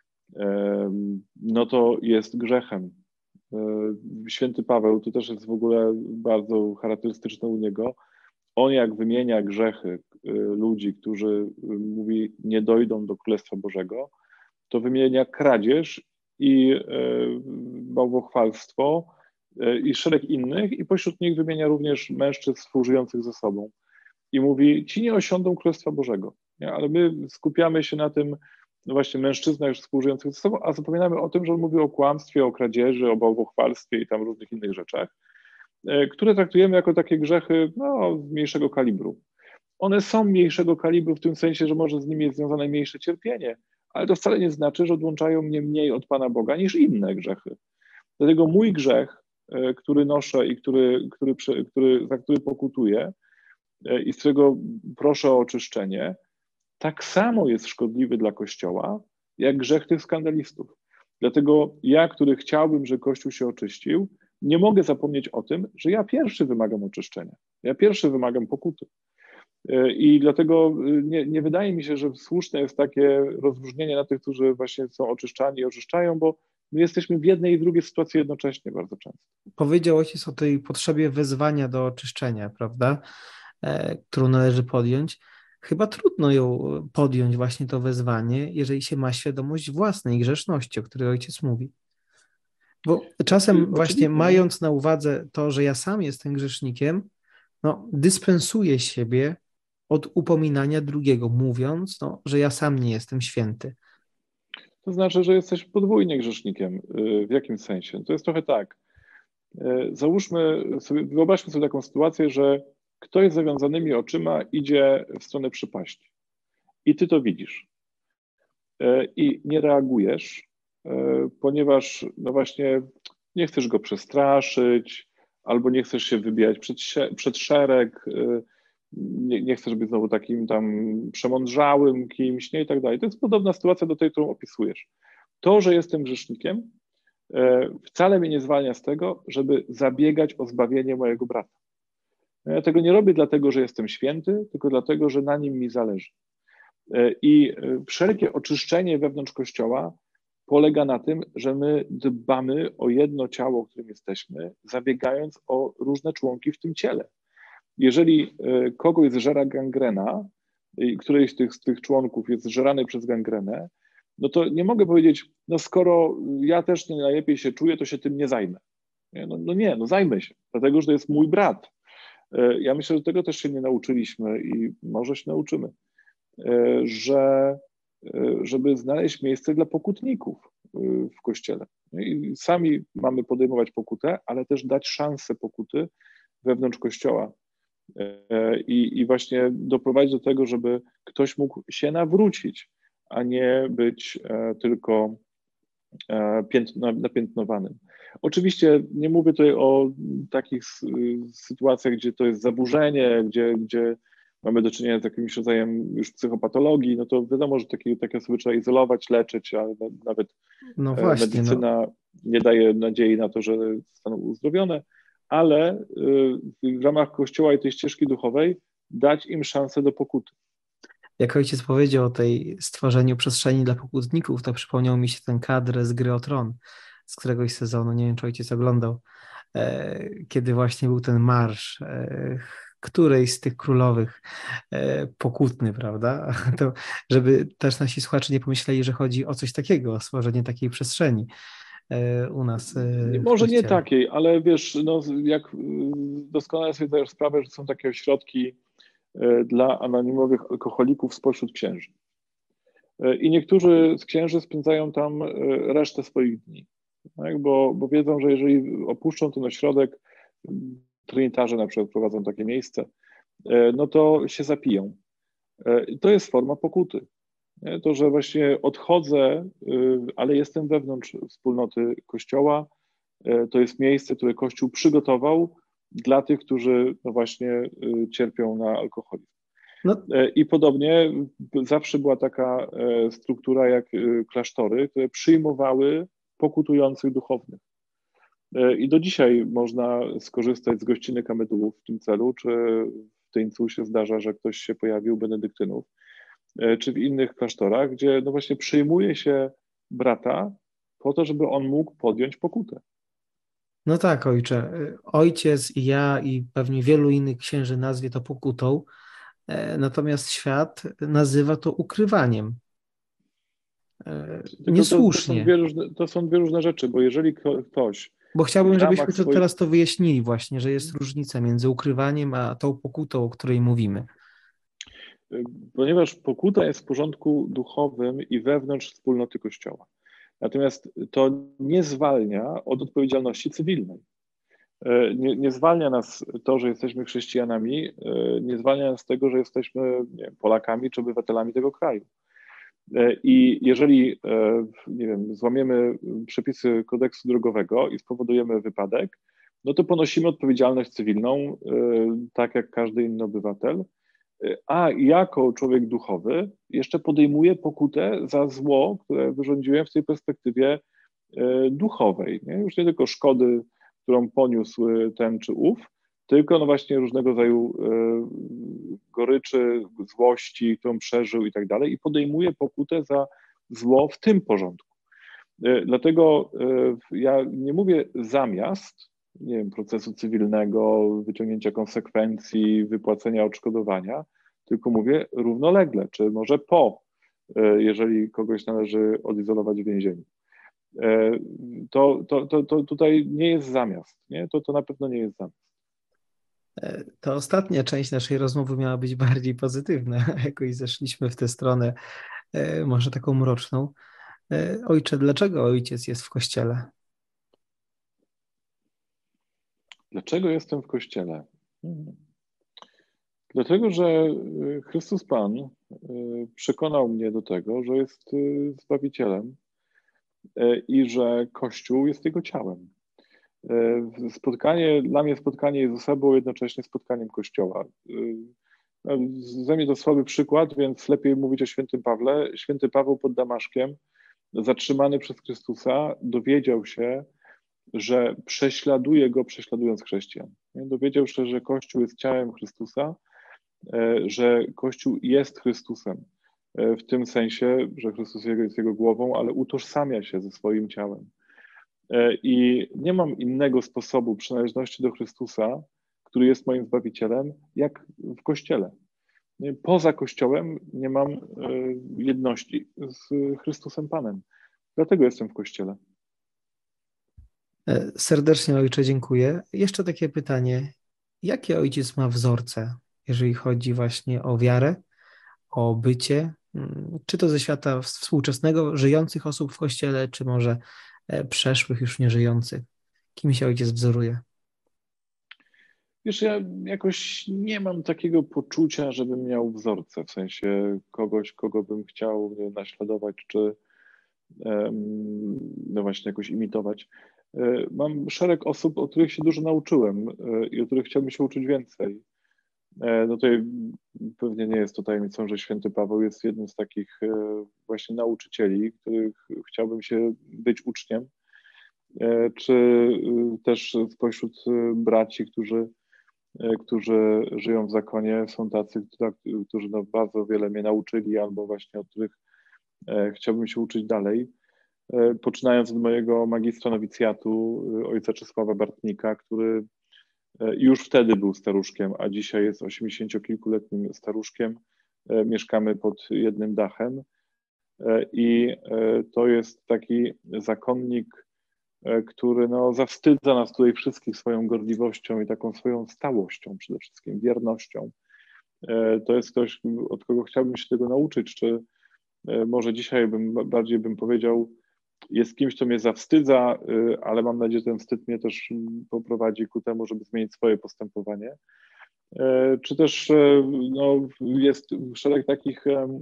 no to jest grzechem. Święty Paweł, to też jest w ogóle bardzo charakterystyczne u niego, on jak wymienia grzechy ludzi, którzy, mówi, nie dojdą do Królestwa Bożego, to wymienia kradzież i bałwochwalstwo i szereg innych, i pośród nich wymienia również mężczyzn współżyjących ze sobą. I mówi, ci nie osiądą Królestwa Bożego. Nie? Ale my skupiamy się na tym, no właśnie, mężczyznach już współżyjących ze sobą, a zapominamy o tym, że on mówi o kłamstwie, o kradzieży, o bałwochwalstwie i tam różnych innych rzeczach, które traktujemy jako takie grzechy no, mniejszego kalibru. One są mniejszego kalibru w tym sensie, że może z nimi jest związane mniejsze cierpienie, ale to wcale nie znaczy, że odłączają mnie mniej od Pana Boga niż inne grzechy. Dlatego mój grzech, który noszę i który, który, który, za który pokutuję, i z którego proszę o oczyszczenie, tak samo jest szkodliwy dla Kościoła, jak grzech tych skandalistów. Dlatego ja, który chciałbym, żeby Kościół się oczyścił, nie mogę zapomnieć o tym, że ja pierwszy wymagam oczyszczenia. Ja pierwszy wymagam pokuty. I dlatego nie, nie wydaje mi się, że słuszne jest takie rozróżnienie na tych, którzy właśnie są oczyszczani i oczyszczają, bo my jesteśmy w jednej i drugiej sytuacji jednocześnie bardzo często. Powiedział ojciec o tej potrzebie wezwania do oczyszczenia, prawda, e, którą należy podjąć. Chyba trudno ją podjąć, właśnie to wezwanie, jeżeli się ma świadomość własnej grzeszności, o której ojciec mówi. Bo czasem właśnie Oczywiście, mając na uwadze to, że ja sam jestem grzesznikiem, no, dyspensuję siebie od upominania drugiego, mówiąc, no, że ja sam nie jestem święty. To znaczy, że jesteś podwójnie grzesznikiem. W jakim sensie? To jest trochę tak. Załóżmy sobie, wyobraźmy sobie taką sytuację, że ktoś z zawiązanymi oczyma idzie w stronę przypaści i ty to widzisz i nie reagujesz, ponieważ no właśnie nie chcesz go przestraszyć albo nie chcesz się wybijać przed, przed szereg, nie, nie chcesz być znowu takim tam przemądrzałym kimś, nie i tak dalej. To jest podobna sytuacja do tej, którą opisujesz. To, że jestem grzesznikiem, wcale mnie nie zwalnia z tego, żeby zabiegać o zbawienie mojego brata. Ja tego nie robię dlatego, że jestem święty, tylko dlatego, że na nim mi zależy. I wszelkie oczyszczenie wewnątrz Kościoła polega na tym, że my dbamy o jedno ciało, którym jesteśmy, zabiegając o różne członki w tym ciele. Jeżeli kogoś zżera gangrena, i któryś z tych, z tych członków jest zżerany przez gangrenę, no to nie mogę powiedzieć, no skoro ja też nie najlepiej się czuję, to się tym nie zajmę. Nie? No, no nie, no zajmę się, dlatego że to jest mój brat. Ja myślę, że tego też się nie nauczyliśmy i może się nauczymy, że żeby znaleźć miejsce dla pokutników w Kościele. I sami mamy podejmować pokutę, ale też dać szansę pokuty wewnątrz Kościoła. I, i właśnie doprowadzić do tego, żeby ktoś mógł się nawrócić, a nie być tylko napiętnowanym. Oczywiście nie mówię tutaj o takich sytuacjach, gdzie to jest zaburzenie, gdzie, gdzie mamy do czynienia z jakimś rodzajem już psychopatologii, no to wiadomo, że takie, takie osoby trzeba izolować, leczyć, ale nawet no właśnie, medycyna no. nie daje nadziei na to, że zostaną uzdrowione, ale w ramach Kościoła i tej ścieżki duchowej dać im szansę do pokuty. Jak ojciec powiedział o tej stworzeniu przestrzeni dla pokutników, to przypomniał mi się ten kadr z Gry o Tron, z któregoś sezonu, nie wiem, czy ojciec oglądał, kiedy właśnie był ten marsz którejś z tych królowych pokutny, prawda? To żeby też nasi słuchacze nie pomyśleli, że chodzi o coś takiego, o stworzenie takiej przestrzeni u nas w Może Kościele. nie takiej, ale wiesz, no, jak doskonale sobie zdajesz sprawę, że są takie ośrodki dla anonimowych alkoholików spośród księży. I niektórzy z księży spędzają tam resztę swoich dni, tak? bo, bo wiedzą, że jeżeli opuszczą ten ośrodek, trinitarze na przykład prowadzą takie miejsce, no to się zapiją. I to jest forma pokuty. To, że właśnie odchodzę, ale jestem wewnątrz wspólnoty Kościoła, to jest miejsce, które Kościół przygotował dla tych, którzy no właśnie cierpią na alkoholizm. No. I podobnie zawsze była taka struktura jak klasztory, które przyjmowały pokutujących duchownych. I do dzisiaj można skorzystać z gościny kamedułów w tym celu, czy w Tyńcu się zdarza, że ktoś się pojawił, benedyktynów, czy w innych klasztorach, gdzie no właśnie przyjmuje się brata po to, żeby on mógł podjąć pokutę. No tak, ojcze. Ojciec i ja i pewnie wielu innych księży nazwie to pokutą, natomiast świat nazywa to ukrywaniem. Tylko niesłusznie. To, to, są dwie różne, to są dwie różne rzeczy, bo jeżeli ktoś... Bo chciałbym, żebyśmy to swoich... teraz to wyjaśnili właśnie, że jest różnica między ukrywaniem a tą pokutą, o której mówimy. Ponieważ pokuta jest w porządku duchowym i wewnątrz wspólnoty Kościoła. Natomiast to nie zwalnia od odpowiedzialności cywilnej. Nie, nie zwalnia nas to, że jesteśmy chrześcijanami, nie zwalnia nas tego, że jesteśmy nie wiem, Polakami czy obywatelami tego kraju. I jeżeli, nie wiem, złamiemy przepisy kodeksu drogowego i spowodujemy wypadek, no to ponosimy odpowiedzialność cywilną, tak jak każdy inny obywatel, a jako człowiek duchowy jeszcze podejmuję pokutę za zło, które wyrządziłem w tej perspektywie duchowej. Nie? Już nie tylko szkody, którą poniósł ten czy ów, tylko no właśnie różnego rodzaju goryczy, złości, którą przeżył i tak dalej, i podejmuję pokutę za zło w tym porządku. Dlatego ja nie mówię zamiast, nie wiem, procesu cywilnego, wyciągnięcia konsekwencji, wypłacenia odszkodowania, tylko mówię równolegle, czy może po, jeżeli kogoś należy odizolować w więzieniu. To, to, to, to tutaj nie jest zamiast, nie? To, to na pewno nie jest zamiast. Ta ostatnia część naszej rozmowy miała być bardziej pozytywna. Jakoś zeszliśmy w tę stronę, może taką mroczną. Ojcze, dlaczego ojciec jest w kościele? Dlaczego jestem w kościele? Hmm. Dlatego, że Chrystus Pan przekonał mnie do tego, że jest Zbawicielem i że Kościół jest Jego ciałem. Spotkanie, dla mnie spotkanie Jezusa było jednocześnie spotkaniem Kościoła. Ze mnie to słaby przykład, więc lepiej mówić o świętym Pawle. Święty Paweł pod Damaszkiem, zatrzymany przez Chrystusa, dowiedział się, że prześladuje go, prześladując chrześcijan. Dowiedział się, że Kościół jest ciałem Chrystusa, że Kościół jest Chrystusem. W tym sensie, że Chrystus jest jego głową, ale utożsamia się ze swoim ciałem. I nie mam innego sposobu przynależności do Chrystusa, który jest moim Zbawicielem, jak w Kościele. Poza Kościołem nie mam jedności z Chrystusem Panem. Dlatego jestem w Kościele. Serdecznie, ojcze, dziękuję. Jeszcze takie pytanie. Jakie ojciec ma wzorce, jeżeli chodzi właśnie o wiarę, o bycie, czy to ze świata współczesnego, żyjących osób w Kościele, czy może przeszłych, już nieżyjących? Kim się ojciec wzoruje? Wiesz, ja jakoś nie mam takiego poczucia, żebym miał wzorce, w sensie kogoś, kogo bym chciał naśladować, czy no właśnie jakoś imitować. Mam szereg osób, o których się dużo nauczyłem i o których chciałbym się uczyć więcej. No tutaj pewnie nie jest to tajemnicą, że święty Paweł jest jednym z takich właśnie nauczycieli, których chciałbym się być uczniem, czy też spośród braci, którzy, którzy żyją w zakonie, są tacy, którzy no bardzo wiele mnie nauczyli, albo właśnie od których chciałbym się uczyć dalej. Poczynając od mojego magistra nowicjatu, ojca Czesława Bartnika, który już wtedy był staruszkiem, a dzisiaj jest osiemdziesięciokilkuletnim staruszkiem. Mieszkamy pod jednym dachem i to jest taki zakonnik, który no, zawstydza nas tutaj wszystkich swoją gorliwością i taką swoją stałością, przede wszystkim wiernością. To jest ktoś, od kogo chciałbym się tego nauczyć, czy może dzisiaj bym, bardziej bym powiedział, jest kimś, kto mnie zawstydza, ale mam nadzieję, że ten wstyd mnie też poprowadzi ku temu, żeby zmienić swoje postępowanie. Czy też no, jest szereg takich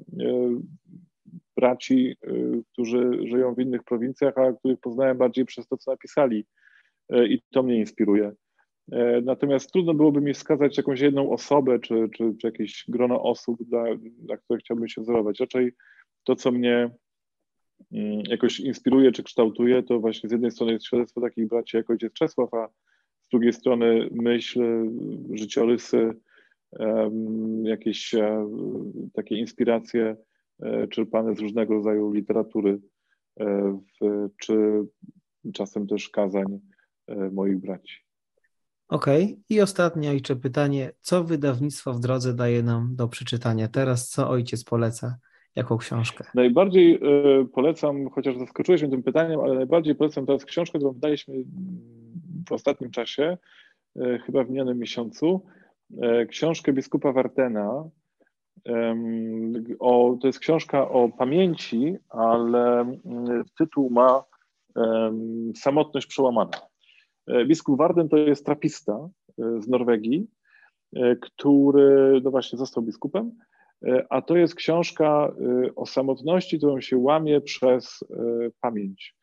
braci, którzy żyją w innych prowincjach, a których poznałem bardziej przez to, co napisali, i to mnie inspiruje. Natomiast trudno byłoby mi wskazać jakąś jedną osobę, czy, czy, czy jakieś grono osób, dla, dla których chciałbym się wzorować. Raczej to, co mnie jakoś inspiruje czy kształtuje, to właśnie z jednej strony jest świadectwo takich braci jak ojciec Czesław, a z drugiej strony myśl, życiorysy, jakieś takie inspiracje czerpane z różnego rodzaju literatury, czy czasem też kazań moich braci. Okej. Okay. I ostatnie, ojcze, pytanie. Co wydawnictwo W Drodze daje nam do przeczytania teraz? Co ojciec poleca? Jaką książkę? Najbardziej polecam, chociaż zaskoczyłeś mnie tym pytaniem, ale najbardziej polecam teraz książkę, którą wydaliśmy w ostatnim czasie, chyba w minionym miesiącu. Książkę biskupa Wartena. O, to jest książka o pamięci, ale tytuł ma Samotność przełamana. Biskup Warden to jest trapista z Norwegii, który no właśnie został biskupem, a to jest książka o samotności, którą się łamie przez pamięć.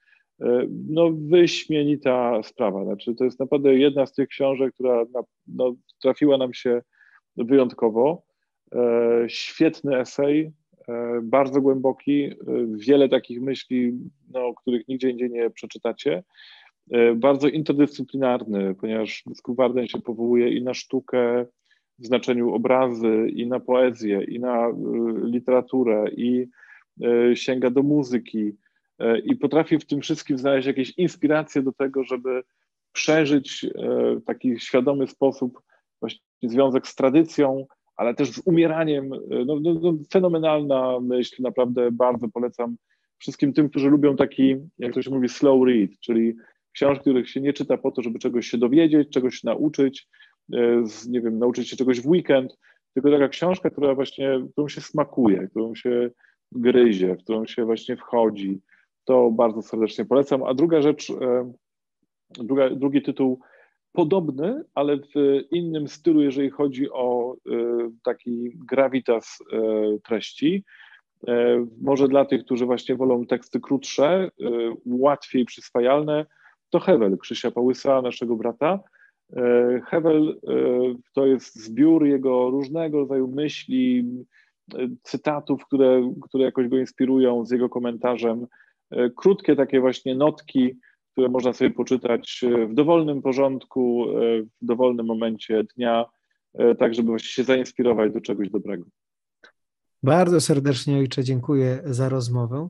No wyśmienita sprawa. Znaczy, to jest naprawdę jedna z tych książek, która na, no, trafiła nam się wyjątkowo. Świetny esej, bardzo głęboki, wiele takich myśli, no, których nigdzie indziej nie przeczytacie. Bardzo interdyscyplinarny, ponieważ Skuwarden się powołuje i na sztukę w znaczeniu obrazy, i na poezję, i na literaturę, i sięga do muzyki i potrafi w tym wszystkim znaleźć jakieś inspiracje do tego, żeby przeżyć w taki świadomy sposób właśnie związek z tradycją, ale też z umieraniem. No, no, no, fenomenalna myśl, naprawdę bardzo polecam wszystkim tym, którzy lubią taki, jak to się mówi, slow read, czyli książki, których się nie czyta po to, żeby czegoś się dowiedzieć, czegoś się nauczyć, z, nie wiem, nauczyć się czegoś w weekend, tylko taka książka, która właśnie, którą się smakuje, którą się gryzie, w którą się właśnie wchodzi. To bardzo serdecznie polecam. A druga rzecz, druga, drugi tytuł, podobny, ale w innym stylu, jeżeli chodzi o taki gravitas treści. Może dla tych, którzy właśnie wolą teksty krótsze, łatwiej przyswajalne, to Hewel Krzysia Pałysa, naszego brata. Hewel to jest zbiór jego różnego rodzaju myśli, cytatów, które, które jakoś go inspirują, z jego komentarzem. Krótkie takie właśnie notki, które można sobie poczytać w dowolnym porządku, w dowolnym momencie dnia, tak żeby właśnie się zainspirować do czegoś dobrego. Bardzo serdecznie, ojcze, dziękuję za rozmowę.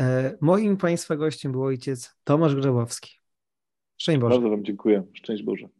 Moim Państwa gościem był ojciec Tomasz Grzebowski. Szczęść Boże. Bardzo Wam dziękuję. Szczęść Boże.